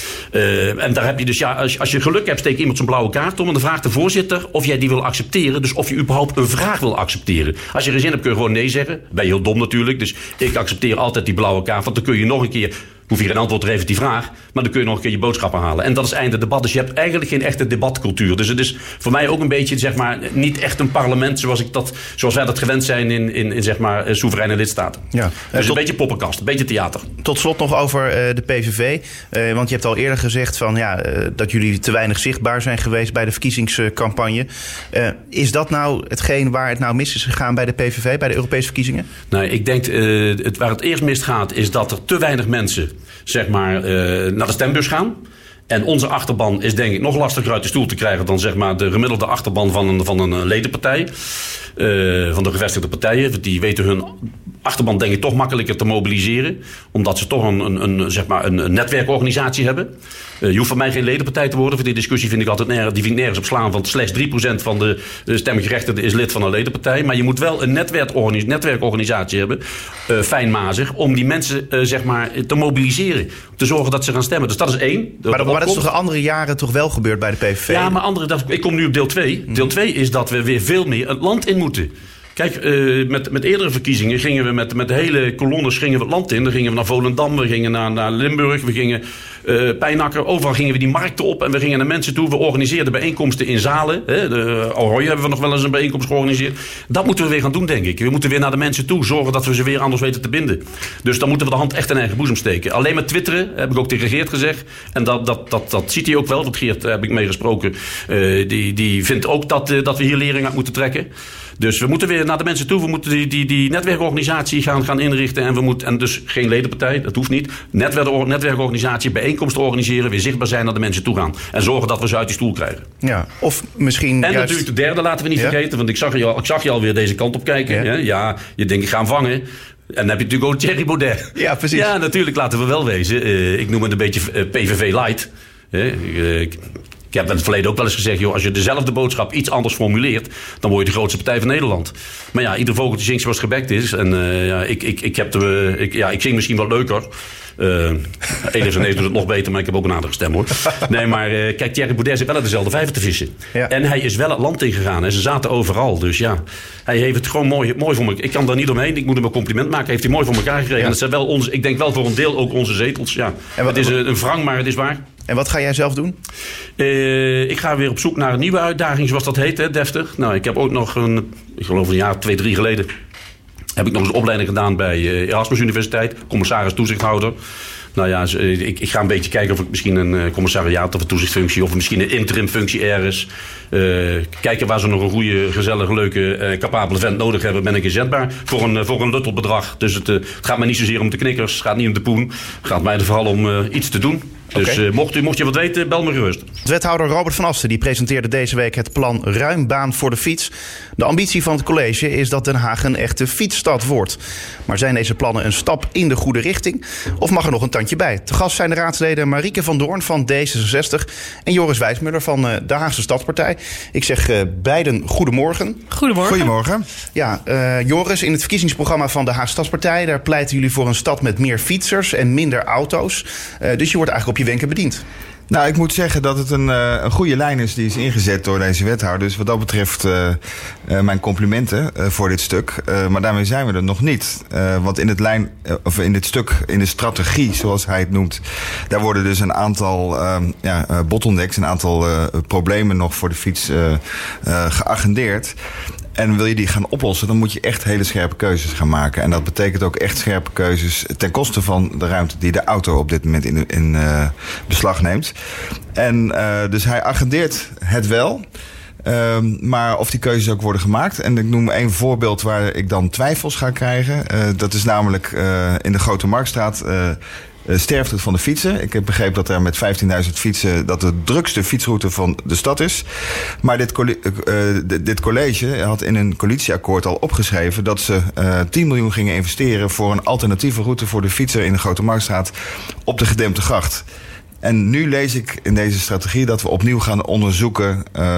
En daar heb je dus, als je geluk hebt, steekt iemand zijn blauwe kaart om en dan vraagt de voorzitter of jij die wil accepteren. Dus of je überhaupt een vraag wil accepteren. Als je er zin hebt, kun je gewoon nee zeggen. Ben je heel dom natuurlijk, dus ik accepteer altijd die blauwe kaart, want dan kun je nog een keer, hoef je geen antwoord te geven op die vraag, maar dan kun je nog een keer je boodschap halen. En dat is einde debat. Dus je hebt eigenlijk geen echte debatcultuur. Dus het is voor mij ook een beetje, zeg maar, niet echt een parlement zoals wij dat gewend zijn in zeg maar, soevereine lidstaten. Ja. Dus een beetje poppenkast, een beetje theater. Tot slot nog over de PVV. Want je hebt al eerder gezegd dat jullie te weinig zichtbaar zijn geweest bij de verkiezingscampagne. Is dat nou hetgeen waar het nou mis is gegaan bij de PVV, bij de Europese verkiezingen? Nou, ik denk waar het eerst misgaat is dat er te weinig mensen, zeg maar, naar de stembus gaan. En onze achterban is denk ik nog lastiger uit de stoel te krijgen dan, zeg maar, de gemiddelde achterban van een ledenpartij. Van de gevestigde partijen. Die weten hun achterban denk ik toch makkelijker te mobiliseren. Omdat ze toch een netwerkorganisatie hebben. Je hoeft van mij geen ledenpartij te worden. Voor die discussie vind ik altijd nergens op slaan. Want slechts 3% van de stemgerechtigden is lid van een ledenpartij. Maar je moet wel een netwerkorganisatie hebben. Fijnmazig. Om die mensen zeg maar te mobiliseren. Te zorgen dat ze gaan stemmen. Dus dat is 1. Maar dat is toch de andere jaren toch wel gebeurd bij de PVV? Ja, maar ik kom nu op deel 2. Deel 2 is dat we weer veel meer het land in moeten. Kijk, met eerdere verkiezingen gingen we met de hele kolonnes het land in. Dan gingen we naar Volendam, we gingen naar Limburg, we gingen Pijnakker. Overal gingen we die markten op en we gingen naar mensen toe. We organiseerden bijeenkomsten in zalen. Ahoy hebben we nog wel eens een bijeenkomst georganiseerd. Dat moeten we weer gaan doen, denk ik. We moeten weer naar de mensen toe zorgen dat we ze weer anders weten te binden. Dus dan moeten we de hand echt in eigen boezem steken. Alleen met twitteren, heb ik ook tegen Geert gezegd. En dat ziet hij ook wel, want Geert heb ik mee gesproken. Die vindt ook dat we hier lering uit moeten trekken. Dus we moeten weer naar de mensen toe. We moeten die netwerkorganisatie gaan inrichten. En dus geen ledenpartij, dat hoeft niet. Netwerkorganisatie, bijeenkomsten organiseren. Weer zichtbaar zijn naar de mensen toe gaan. En zorgen dat we ze uit die stoel krijgen. Ja, of misschien. En juist natuurlijk de derde, laten we niet vergeten. Want ik zag je alweer deze kant op kijken. Ja, je denkt ik ga hem vangen. En dan heb je natuurlijk ook Thierry Baudet. Ja, precies. Ja, natuurlijk, laten we wel wezen. Ik noem het een beetje PVV light. Ik heb in het verleden ook wel eens gezegd, joh, als je dezelfde boodschap iets anders formuleert, dan word je de grootste partij van Nederland. Maar ja, ieder vogeltje zingt zoals het gebekt is. En ik zing misschien wat leuker. Elif en Neef doet het nog beter, maar ik heb ook een aardige stem, hoor. Nee, maar kijk, Thierry Baudet zit wel uit dezelfde vijver te vissen. Ja. En hij is wel het land ingegaan en ze zaten overal. Dus ja, hij heeft het gewoon mooi voor me. Ik kan daar niet omheen, ik moet hem een compliment maken. Heeft hij mooi voor elkaar gekregen. Ja. Dat zijn wel ik denk wel voor een deel ook onze zetels. Ja. Het is een wrang, maar het is waar. En wat ga jij zelf doen? Ik ga weer op zoek naar een nieuwe uitdaging, zoals dat heet, hè, deftig. Nou, ik heb ook nog ik geloof een jaar, 2, 3 geleden, heb ik nog eens een opleiding gedaan bij Erasmus Universiteit, commissaris toezichthouder. Nou ja, ik ga een beetje kijken of ik misschien een commissariaat of een toezichtfunctie of misschien een interim functie ergens. Kijken waar ze nog een goede, gezellige, leuke, capabele vent nodig hebben, ben ik inzetbaar voor een luttelbedrag. Dus het gaat mij niet zozeer om de knikkers, het gaat niet om de poen. Het gaat mij er vooral om iets te doen. Dus mocht je wat weten, bel me gerust. Wethouder Robert van Asten die presenteerde deze week het plan Ruim Baan voor de Fiets. De ambitie van het college is dat Den Haag een echte fietsstad wordt. Maar zijn deze plannen een stap in de goede richting? Of mag er nog een tandje bij? Te gast zijn de raadsleden Marieke van Doorn van D66 en Joris Wijsmuller van de Haagse Stadspartij. Ik zeg beiden goedemorgen. Goedemorgen. Ja, Joris, in het verkiezingsprogramma van de Haagse Stadspartij, daar pleiten jullie voor een stad met meer fietsers en minder auto's. Dus je wordt eigenlijk op je wenken bediend. Nou, ik moet zeggen dat het een goede lijn is die is ingezet door deze wethouder. Dus wat dat betreft mijn complimenten voor dit stuk. Maar daarmee zijn we er nog niet. Want in dit stuk, in de strategie, zoals hij het noemt, daar worden dus een aantal bottlenecks, een aantal problemen nog voor de fiets geagendeerd. En wil je die gaan oplossen, dan moet je echt hele scherpe keuzes gaan maken. En dat betekent ook echt scherpe keuzes ten koste van de ruimte die de auto op dit moment in beslag neemt. En dus hij agendeert het wel. Maar of die keuzes ook worden gemaakt. En ik noem één voorbeeld waar ik dan twijfels ga krijgen. Dat is namelijk in de Grote Marktstraat sterfte van de fietsen. Ik heb begrepen dat er met 15.000 fietsen dat de drukste fietsroute van de stad is. Maar dit college had in een coalitieakkoord al opgeschreven dat ze 10 miljoen gingen investeren voor een alternatieve route voor de fietser in de Grote Marktstraat op de Gedempte Gracht. En nu lees ik in deze strategie dat we opnieuw gaan onderzoeken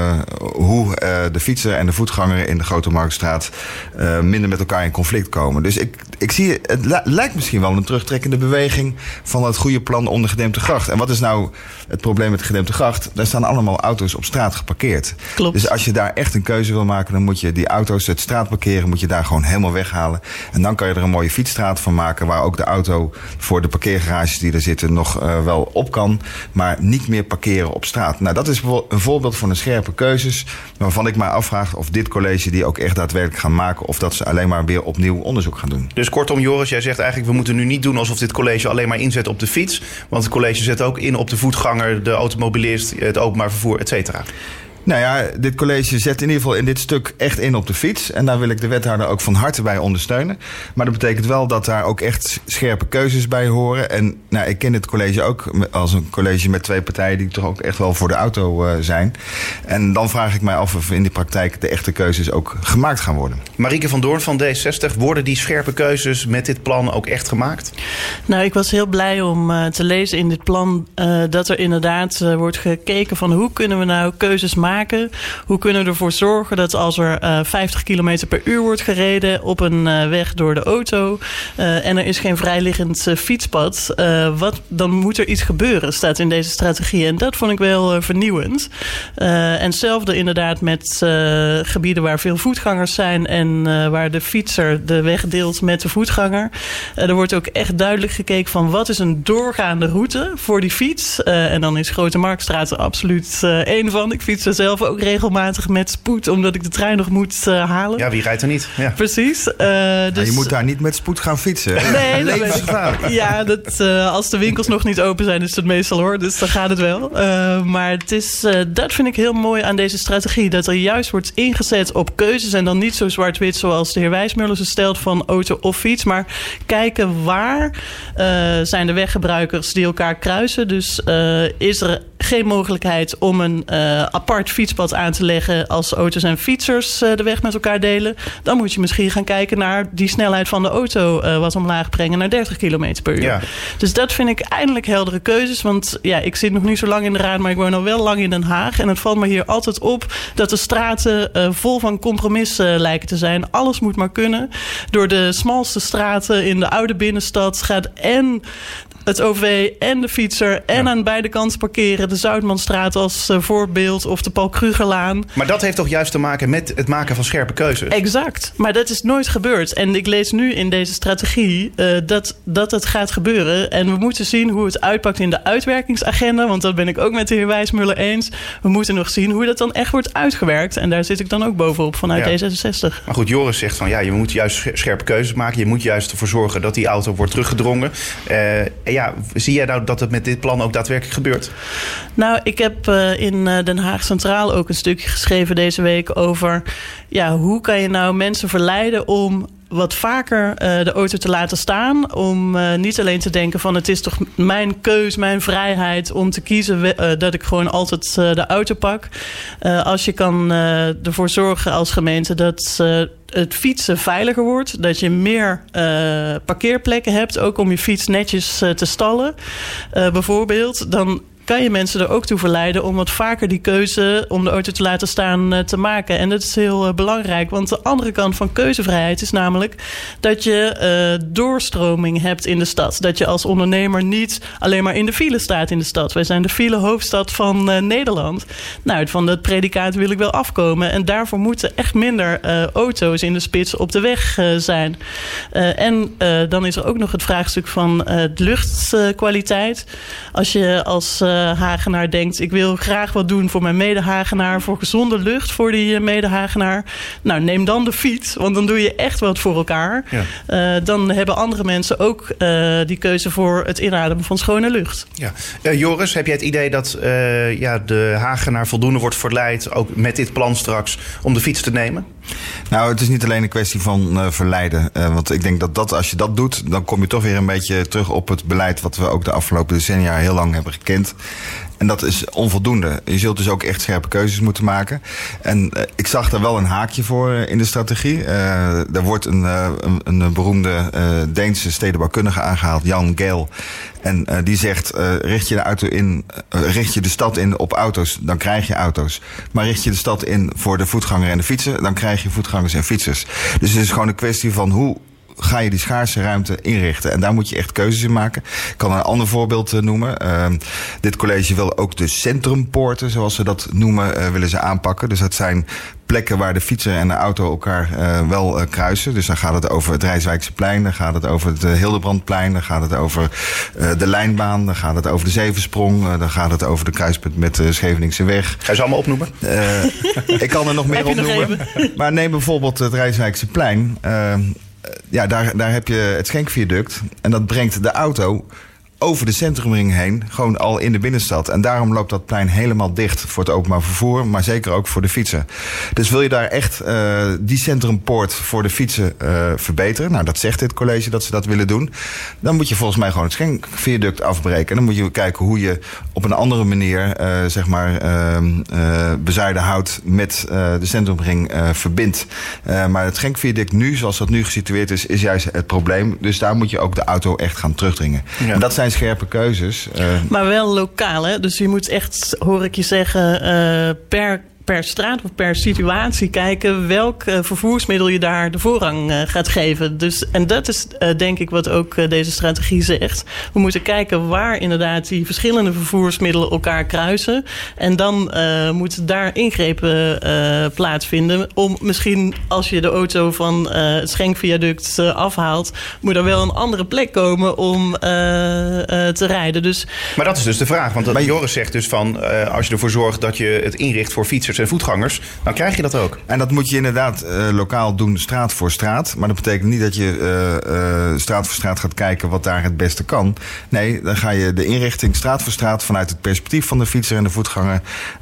hoe de fietser en de voetganger in de Grote Marktstraat minder met elkaar in conflict komen. Dus ik zie, het lijkt misschien wel een terugtrekkende beweging van het goede plan om de Gedempte Gracht. En wat is nou het probleem met de Gedempte Gracht? Daar staan allemaal auto's op straat geparkeerd. Klopt. Dus als je daar echt een keuze wil maken, dan moet je die auto's, het straatparkeren, moet je daar gewoon helemaal weghalen. En dan kan je er een mooie fietsstraat van maken waar ook de auto voor de parkeergarages die er zitten nog wel op kan. Maar niet meer parkeren op straat. Nou, dat is een voorbeeld van een scherpe keuzes waarvan ik mij afvraag of dit college die ook echt daadwerkelijk gaan maken of dat ze alleen maar weer opnieuw onderzoek gaan doen. Dus kortom, Joris, jij zegt eigenlijk we moeten nu niet doen alsof dit college alleen maar inzet op de fiets. Want het college zet ook in op de voetganger, de automobilist, het openbaar vervoer, et cetera. Nou ja, dit college zet in ieder geval in dit stuk echt in op de fiets. En daar wil ik de wethouder ook van harte bij ondersteunen. Maar dat betekent wel dat daar ook echt scherpe keuzes bij horen. En nou, ik ken dit college ook als een college met 2 partijen die toch ook echt wel voor de auto zijn. En dan vraag ik mij af of in die praktijk de echte keuzes ook gemaakt gaan worden. Marieke van Doorn van D60, worden die scherpe keuzes met dit plan ook echt gemaakt? Nou, ik was heel blij om te lezen in dit plan dat er inderdaad wordt gekeken van hoe kunnen we nou keuzes maken. Hoe kunnen we ervoor zorgen dat als er 50 km per uur wordt gereden op een weg door de auto en er is geen vrijliggend fietspad, dan moet er iets gebeuren, staat in deze strategie. En dat vond ik wel vernieuwend. En hetzelfde inderdaad met gebieden waar veel voetgangers zijn en waar de fietser de weg deelt met de voetganger. Er wordt ook echt duidelijk gekeken van wat is een doorgaande route voor die fiets. En dan is Grote Marktstraat er absoluut één van. Ik fiets er zelf ook regelmatig met spoed, omdat ik de trein nog moet halen. Ja, wie rijdt er niet? Ja. Precies. Dus je moet daar niet met spoed gaan fietsen. Nee, levensgevaarlijk. Ja, als de winkels nog niet open zijn, is het meestal hoor. Dus dan gaat het wel. Maar het is, dat vind ik heel mooi aan deze strategie. Dat er juist wordt ingezet op keuzes en dan niet zo zwart-wit zoals de heer Wijsmuller ze stelt van auto of fiets. Maar kijken waar zijn de weggebruikers die elkaar kruisen. Dus is er geen mogelijkheid om een apart fietspad aan te leggen als auto's en fietsers de weg met elkaar delen. Dan moet je misschien gaan kijken naar die snelheid van de auto wat omlaag brengen naar 30 km per uur. Ja. Dus dat vind ik eindelijk heldere keuzes. Want ja, ik zit nog niet zo lang in de raad, maar ik woon al wel lang in Den Haag. En het valt me hier altijd op dat de straten vol van compromissen lijken te zijn. Alles moet maar kunnen. Door de smalste straten in de oude binnenstad gaat en het OV en de fietser en aan beide kanten parkeren. De Zoutmanstraat als voorbeeld of de Paul Krugerlaan. Maar dat heeft toch juist te maken met het maken van scherpe keuzes? Exact. Maar dat is nooit gebeurd. En ik lees nu in deze strategie dat het gaat gebeuren. En we moeten zien hoe het uitpakt in de uitwerkingsagenda. Want dat ben ik ook met de heer Wijsmuller eens. We moeten nog zien hoe dat dan echt wordt uitgewerkt. En daar zit ik dan ook bovenop vanuit D66. Maar goed, Joris zegt van ja, je moet juist scherpe keuzes maken. Je moet juist ervoor zorgen dat die auto wordt teruggedrongen. Ja, zie jij nou dat het met dit plan ook daadwerkelijk gebeurt? Nou, ik heb in Den Haag Centraal ook een stukje geschreven deze week over hoe kan je nou mensen verleiden om wat vaker de auto te laten staan. Om niet alleen te denken van het is toch mijn keus, mijn vrijheid om te kiezen dat ik gewoon altijd de auto pak. Als je kan ervoor zorgen als gemeente dat het fietsen veiliger wordt. Dat je meer parkeerplekken hebt, ook om je fiets netjes te stallen. Bijvoorbeeld, dan kan je mensen er ook toe verleiden om wat vaker die keuze om de auto te laten staan te maken. En dat is heel belangrijk, want de andere kant van keuzevrijheid is namelijk dat je doorstroming hebt in de stad. Dat je als ondernemer niet alleen maar in de file staat in de stad. Wij zijn de filehoofdstad van Nederland. Nou, van dat predicaat wil ik wel afkomen. En daarvoor moeten echt minder auto's in de spits op de weg zijn. Dan is er ook nog het vraagstuk van de luchtkwaliteit. Als je als Hagenaar denkt, ik wil graag wat doen voor mijn mede-Hagenaar, voor gezonde lucht voor die mede-Hagenaar. Nou, neem dan de fiets, want dan doe je echt wat voor elkaar. Ja. Dan hebben andere mensen ook die keuze voor het inademen van schone lucht. Ja. Joris, heb jij het idee dat de Hagenaar voldoende wordt verleid, ook met dit plan straks, om de fiets te nemen? Nou, het is niet alleen een kwestie van verleiden. Want ik denk dat als je dat doet, dan kom je toch weer een beetje terug op het beleid wat we ook de afgelopen decennia heel lang hebben gekend. En dat is onvoldoende. Je zult dus ook echt scherpe keuzes moeten maken. En ik zag daar wel een haakje voor in de strategie. Er wordt een beroemde Deense stedenbouwkundige aangehaald, Jan Gehl. En die zegt, richt je de stad in op auto's, dan krijg je auto's. Maar richt je de stad in voor de voetganger en de fietser, dan krijg je voetgangers en fietsers. Dus het is gewoon een kwestie van hoe ga je die schaarse ruimte inrichten. En daar moet je echt keuzes in maken. Ik kan een ander voorbeeld noemen. Dit college wil ook de centrumpoorten, zoals ze dat noemen, willen ze aanpakken. Dus dat zijn plekken waar de fietser en de auto elkaar wel kruisen. Dus dan gaat het over het Rijswijkse-plein, dan gaat het over het Hildebrandplein, dan gaat het over de Lijnbaan, dan gaat het over de Zevensprong, dan gaat het over de kruispunt met de Scheveningseweg. Ga je ze allemaal opnoemen? Ik kan er nog meer opnoemen. Maar neem bijvoorbeeld het Rijswijkse-plein. Daar heb je het Schenkviaduct en dat brengt de auto over de centrumring heen, gewoon al in de binnenstad. En daarom loopt dat plein helemaal dicht voor het openbaar vervoer, maar zeker ook voor de fietsen. Dus wil je daar echt die centrumpoort voor de fietsen verbeteren, nou dat zegt dit college dat ze dat willen doen, dan moet je volgens mij gewoon het Schenkviaduct afbreken. En dan moet je kijken hoe je op een andere manier Bezuidenhout met de centrumring verbindt. Maar het Schenkviaduct nu, zoals dat nu gesitueerd is juist het probleem. Dus daar moet je ook de auto echt gaan terugdringen. Ja. En dat zijn scherpe keuzes. Maar wel lokaal, hè? Dus je moet echt, hoor ik je zeggen, per straat of per situatie kijken welk vervoersmiddel je daar de voorrang gaat geven. Dus, en dat is denk ik wat ook deze strategie zegt. We moeten kijken waar inderdaad die verschillende vervoersmiddelen elkaar kruisen. En dan moeten daar ingrepen plaatsvinden om misschien als je de auto van het Schenkviaduct afhaalt, moet er wel een andere plek komen om te rijden. Dus, maar dat is dus de vraag. Want Joris zegt dus van als je ervoor zorgt dat je het inricht voor fietsers en voetgangers, dan krijg je dat ook. En dat moet je inderdaad lokaal doen, straat voor straat. Maar dat betekent niet dat je straat voor straat gaat kijken wat daar het beste kan. Nee, dan ga je de inrichting straat voor straat vanuit het perspectief van de fietser en de voetganger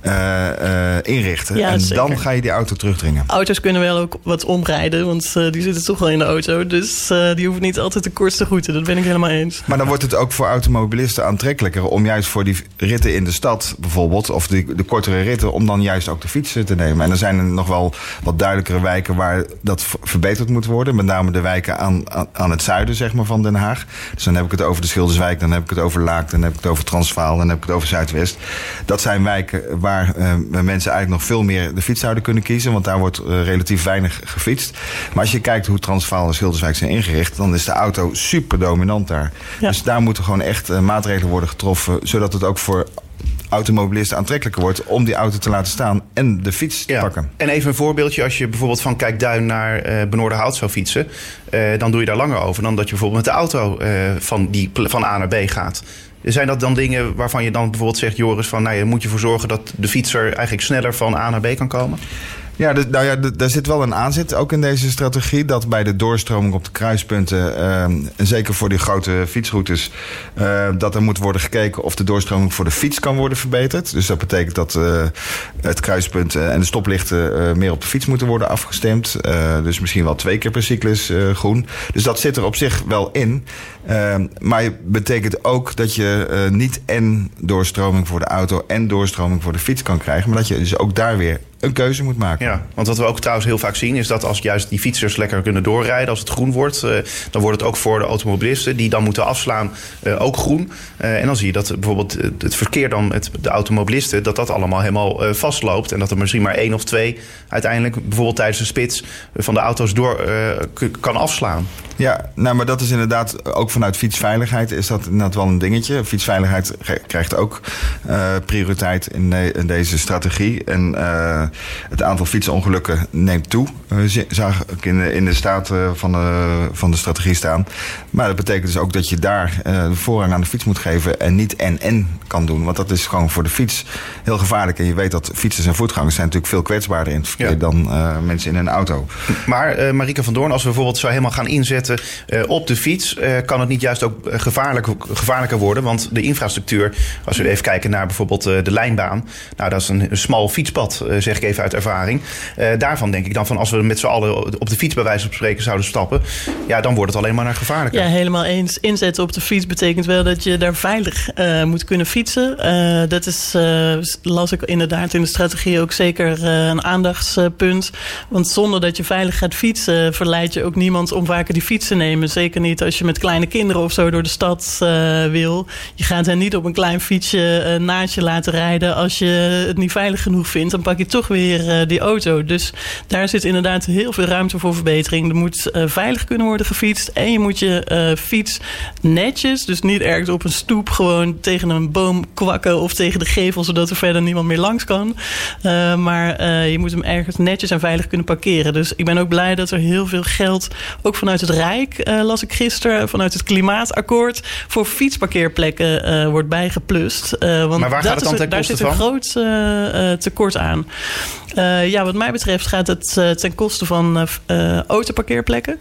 inrichten. Ja, en zeker. Dan ga je die auto terugdringen. Auto's kunnen wel ook wat omrijden, want die zitten toch wel in de auto. Dus die hoeven niet altijd de kortste route. Dat ben ik helemaal eens. Maar dan wordt het ook voor automobilisten aantrekkelijker om juist voor die ritten in de stad bijvoorbeeld, of de kortere ritten, om dan juist ook de fietsen te nemen. En er zijn er nog wel wat duidelijkere wijken waar dat verbeterd moet worden. Met name de wijken aan het zuiden, zeg maar, van Den Haag. Dus dan heb ik het over de Schilderswijk, dan heb ik het over Laak, dan heb ik het over Transvaal, dan heb ik het over Zuidwest. Dat zijn wijken waar mensen eigenlijk nog veel meer de fiets zouden kunnen kiezen, want daar wordt relatief weinig gefietst. Maar als je kijkt hoe Transvaal en Schilderswijk zijn ingericht, dan is de auto super dominant daar. Ja. Dus daar moeten gewoon echt maatregelen worden getroffen, zodat het ook voor automobilisten aantrekkelijker wordt om die auto te laten staan en de fiets te pakken. En even een voorbeeldje. Als je bijvoorbeeld van Kijkduin naar Benoordenhout zou fietsen, dan doe je daar langer over dan dat je bijvoorbeeld met de auto van A naar B gaat. Zijn dat dan dingen waarvan je dan bijvoorbeeld zegt, Joris, van je moet je ervoor zorgen dat de fietser eigenlijk sneller van A naar B kan komen? Ja, daar zit wel een aanzet ook in deze strategie, dat bij de doorstroming op de kruispunten, en zeker voor die grote fietsroutes, dat er moet worden gekeken of de doorstroming voor de fiets kan worden verbeterd. Dus dat betekent dat het kruispunt en de stoplichten meer op de fiets moeten worden afgestemd. Dus misschien wel 2 keer per cyclus groen. Dus dat zit er op zich wel in. Maar het betekent ook dat je niet en doorstroming voor de auto en doorstroming voor de fiets kan krijgen, maar dat je dus ook daar weer een keuze moet maken. Ja, want wat we ook trouwens heel vaak zien is dat als juist die fietsers lekker kunnen doorrijden, als het groen wordt, dan wordt het ook voor de automobilisten die dan moeten afslaan ook groen. En dan zie je dat bijvoorbeeld het verkeer dan met de automobilisten, dat allemaal helemaal vastloopt en dat er misschien maar 1 of 2 uiteindelijk bijvoorbeeld tijdens de spits van de auto's door kan afslaan. Ja, maar dat is inderdaad ook vanuit fietsveiligheid is dat inderdaad wel een dingetje. Fietsveiligheid krijgt ook prioriteit in deze strategie. En Het aantal fietsongelukken neemt toe. Zag ik in de staat van de strategie staan. Maar dat betekent dus ook dat je daar de voorrang aan de fiets moet geven en niet en kan doen. Want dat is gewoon voor de fiets heel gevaarlijk. En je weet dat fietsers en voetgangers zijn natuurlijk veel kwetsbaarder in het verkeer dan mensen in een auto. Maar Marieke van Doorn, als we bijvoorbeeld zo helemaal gaan inzetten op de fiets, kan het niet juist ook gevaarlijker worden? Want de infrastructuur, als we even kijken naar bijvoorbeeld de lijnbaan, nou dat is een smal fietspad, zeg ik even uit ervaring. Daarvan denk ik dan van als we met z'n allen op de fiets bij wijze van spreken zouden stappen, ja, dan wordt het alleen maar naar gevaarlijker. Ja, helemaal eens. Inzetten op de fiets betekent wel dat je daar veilig moet kunnen fietsen. Dat is, las ik inderdaad in de strategie ook zeker een aandachtspunt. Want zonder dat je veilig gaat fietsen, verleid je ook niemand om vaker die fiets te nemen. Zeker niet als je met kleine kinderen of zo door de stad wil. Je gaat hen niet op een klein fietsje naast je laten rijden. Als je het niet veilig genoeg vindt, dan pak je toch weer die auto. Dus daar zit inderdaad heel veel ruimte voor verbetering. Er moet veilig kunnen worden gefietst. En je moet je fiets netjes, dus niet ergens op een stoep gewoon tegen een boom kwakken of tegen de gevel, zodat er verder niemand meer langs kan. Maar je moet hem ergens netjes en veilig kunnen parkeren. Dus ik ben ook blij dat er heel veel geld, ook vanuit het Rijk, las ik gisteren, vanuit het Klimaatakkoord, voor fietsparkeerplekken wordt bijgeplust. Want maar waar gaat het dan ten koste van? Daar zit een groot tekort aan. Wat mij betreft gaat het ten koste van autoparkeerplekken.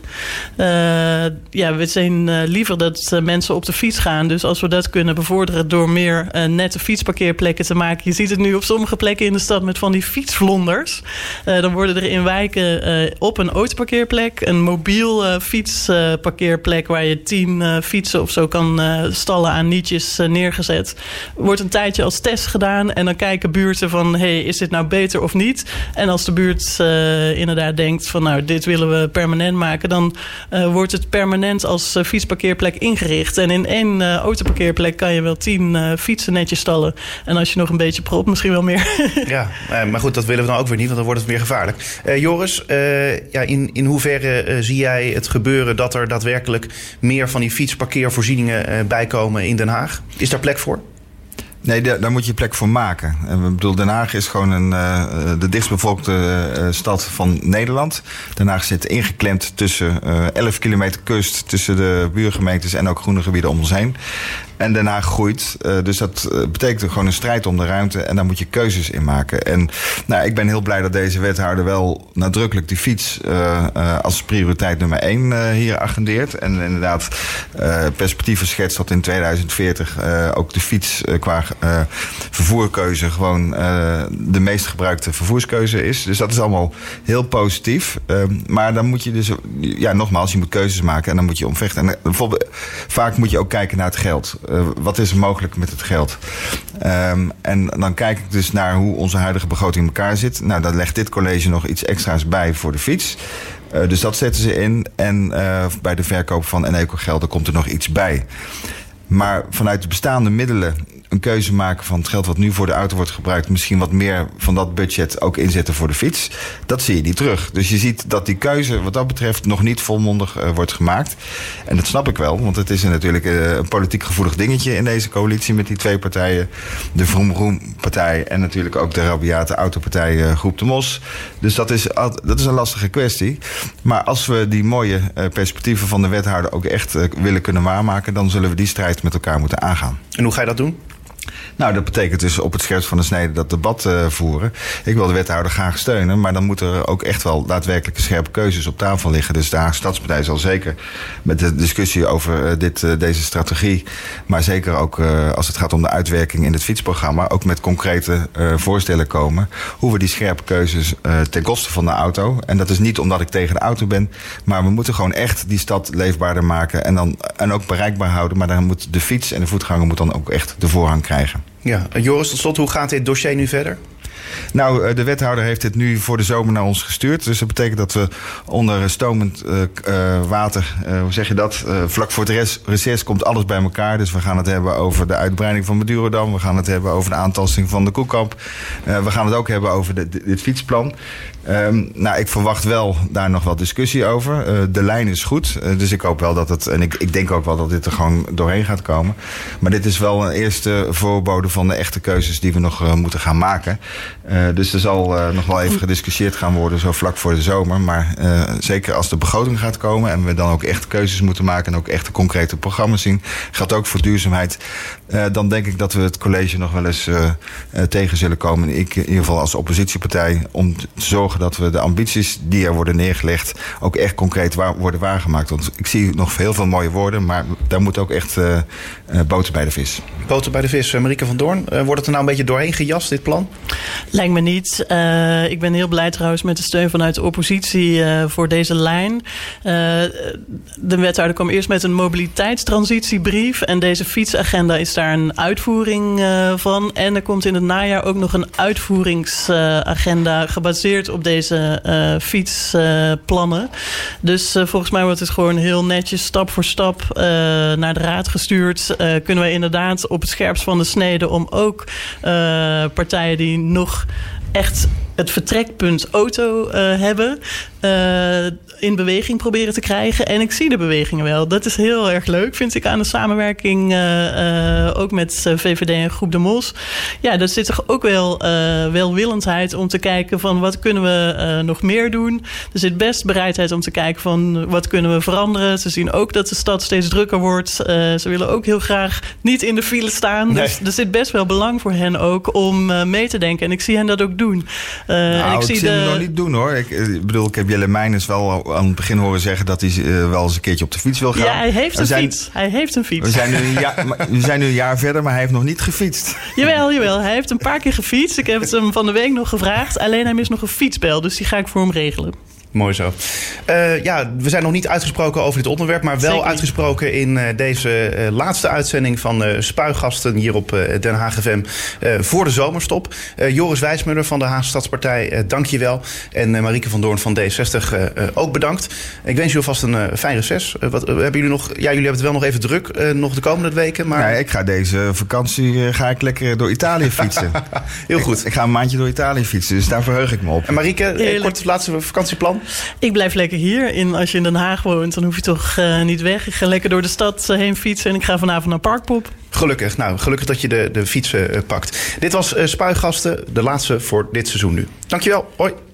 We zijn liever dat mensen op de fiets gaan. Dus als we dat kunnen bevorderen door meer nette fietsparkeerplekken te maken. Je ziet het nu op sommige plekken in de stad met van die fietsvlonders. Dan worden er in wijken op een autoparkeerplek een mobiel fietsparkeerplek waar je 10 fietsen of zo kan stallen aan nietjes neergezet. Wordt een tijdje als test gedaan en dan kijken buurten van is dit nou beter of niet? En als de buurt inderdaad denkt van nou, dit willen we permanent maken, dan wordt het permanent als fietsparkeerplek ingericht. En in 1 autoparkeerplek kan je wel 10 fietsen netjes stallen. En als je nog een beetje propt, misschien wel meer. Ja, maar goed, dat willen we dan ook weer niet, want dan wordt het weer gevaarlijk. Joris, in hoeverre zie jij het gebeuren dat er daadwerkelijk meer van die fietsparkeervoorzieningen bijkomen in Den Haag? Is daar plek voor? Nee, daar moet je plek voor maken. Ik bedoel, Den Haag is gewoon de dichtstbevolkte stad van Nederland. Den Haag zit ingeklemd tussen 11 kilometer kust, tussen de buurgemeentes en ook groene gebieden om ons heen. En Den Haag groeit. Dus dat betekent gewoon een strijd om de ruimte. En daar moet je keuzes in maken. En ik ben heel blij dat deze wethouder wel nadrukkelijk die fiets als prioriteit nummer 1 hier agendeert. En inderdaad perspectieven schetst dat in 2040 ook de fiets qua vervoerkeuze gewoon de meest gebruikte vervoerskeuze is. Dus dat is allemaal heel positief. Maar dan moet je dus, nogmaals, je moet keuzes maken en dan moet je omvechten. En bijvoorbeeld, vaak moet je ook kijken naar het geld. Wat is er mogelijk met het geld? En dan kijk ik dus naar hoe onze huidige begroting in elkaar zit. Nou, daar legt dit college nog iets extra's bij voor de fiets. Dus dat zetten ze in. En bij de verkoop van Eneco-gelden komt er nog iets bij. Maar vanuit de bestaande middelen een keuze maken van het geld wat nu voor de auto wordt gebruikt, misschien wat meer van dat budget ook inzetten voor de fiets, dat zie je niet terug. Dus je ziet dat die keuze wat dat betreft nog niet volmondig wordt gemaakt. En dat snap ik wel, want het is natuurlijk een politiek gevoelig dingetje in deze coalitie met die 2 partijen. De Vroom-Roem-partij en natuurlijk ook de rabiate autopartij Groep de Mos. Dus dat is een lastige kwestie. Maar als we die mooie perspectieven van de wethouder ook echt willen kunnen waarmaken, dan zullen we die strijd met elkaar moeten aangaan. En hoe ga je dat doen? Nou, dat betekent dus op het scherpst van de snede dat debat voeren. Ik wil de wethouder graag steunen, maar dan moeten er ook echt wel daadwerkelijke scherpe keuzes op tafel liggen. Dus de Haagse Stadspartij zal zeker met de discussie over deze strategie, maar zeker ook als het gaat om de uitwerking in het fietsprogramma, ook met concrete voorstellen komen hoe we die scherpe keuzes ten koste van de auto. En dat is niet omdat ik tegen de auto ben, maar we moeten gewoon echt die stad leefbaarder maken en ook bereikbaar houden. Maar dan moet de fiets en de voetganger moet dan ook echt de voorrang krijgen. Ja, Joris, tot slot, hoe gaat dit dossier nu verder? Nou, de wethouder heeft dit nu voor de zomer naar ons gestuurd. Dus dat betekent dat we onder stomend water, hoe zeg je dat? Vlak voor het reces komt alles bij elkaar. Dus we gaan het hebben over de uitbreiding van Madurodam. We gaan het hebben over de aantasting van de Koekamp. We gaan het ook hebben over dit fietsplan. Ik verwacht wel daar nog wel discussie over. De lijn is goed. Dus ik hoop wel dat het, en ik denk ook wel dat dit er gewoon doorheen gaat komen. Maar dit is wel een eerste voorbode van de echte keuzes die we nog moeten gaan maken. Dus er zal nog wel even gediscussieerd gaan worden zo vlak voor de zomer. Maar zeker als de begroting gaat komen en we dan ook echt keuzes moeten maken en ook echt concrete programma's zien, geldt ook voor duurzaamheid. Dan denk ik dat we het college nog wel eens tegen zullen komen. Ik in ieder geval als oppositiepartij, om te zorgen dat we de ambities die er worden neergelegd ook echt concreet worden waargemaakt. Want ik zie nog heel veel mooie woorden, maar daar moet ook echt boter bij de vis. Boter bij de vis. Marieke van Doorn, wordt het er nou een beetje doorheen gejast, dit plan? Lijkt me niet. Ik ben heel blij trouwens met de steun vanuit de oppositie voor deze lijn. De wethouder kwam eerst met een mobiliteitstransitiebrief en deze fietsagenda is daar een uitvoering van. En er komt in het najaar ook nog een uitvoeringsagenda gebaseerd op deze fietsplannen. Dus volgens mij wordt het gewoon heel netjes stap voor stap naar de raad gestuurd. Kunnen we inderdaad op het scherpst van de snede om ook partijen die nog echt het vertrekpunt auto hebben, in beweging proberen te krijgen. En ik zie de bewegingen wel. Dat is heel erg leuk, vind ik, aan de samenwerking ook met VVD en Groep de Mos. Ja, daar zit toch ook wel welwillendheid om te kijken van wat kunnen we nog meer doen. Er zit best bereidheid om te kijken van wat kunnen we veranderen. Ze zien ook dat de stad steeds drukker wordt. Ze willen ook heel graag niet in de file staan. Nee. Dus er zit best wel belang voor hen ook om mee te denken. En ik zie hen dat ook doen. Ik zie hem nog niet doen, hoor. Ik bedoel, ik heb Jelle Meijners wel aan het begin horen zeggen dat hij wel eens een keertje op de fiets wil gaan. Ja, hij heeft een fiets. Hij heeft een fiets. We zijn nu een jaar verder, maar hij heeft nog niet gefietst. Jawel. Hij heeft een paar keer gefietst. Ik heb het hem van de week nog gevraagd. Alleen hij mist nog een fietsbel, dus die ga ik voor hem regelen. Mooi zo. We zijn nog niet uitgesproken over dit onderwerp, maar wel zeker uitgesproken in deze laatste uitzending van Spuigasten hier op Den Haag FM voor de zomerstop. Joris Wijsmuller van de Haagse Stadspartij, dank je wel. En Marieke van Doorn van D60 ook bedankt. Ik wens jullie vast een fijn reces. Wat hebben jullie nog? Ja, jullie hebben het wel nog even druk nog de komende weken. Maar nee, ik ga deze vakantie lekker door Italië fietsen. Heel goed. Ik ga een maandje door Italië fietsen, dus daar verheug ik me op. En Marieke, kort laatste vakantieplan? Ik blijf lekker hier. Als je in Den Haag woont, dan hoef je toch niet weg. Ik ga lekker door de stad heen fietsen en ik ga vanavond naar Parkpop. Gelukkig. Nou, gelukkig dat je de fietsen pakt. Dit was Spuigasten, de laatste voor dit seizoen nu. Dankjewel. Hoi.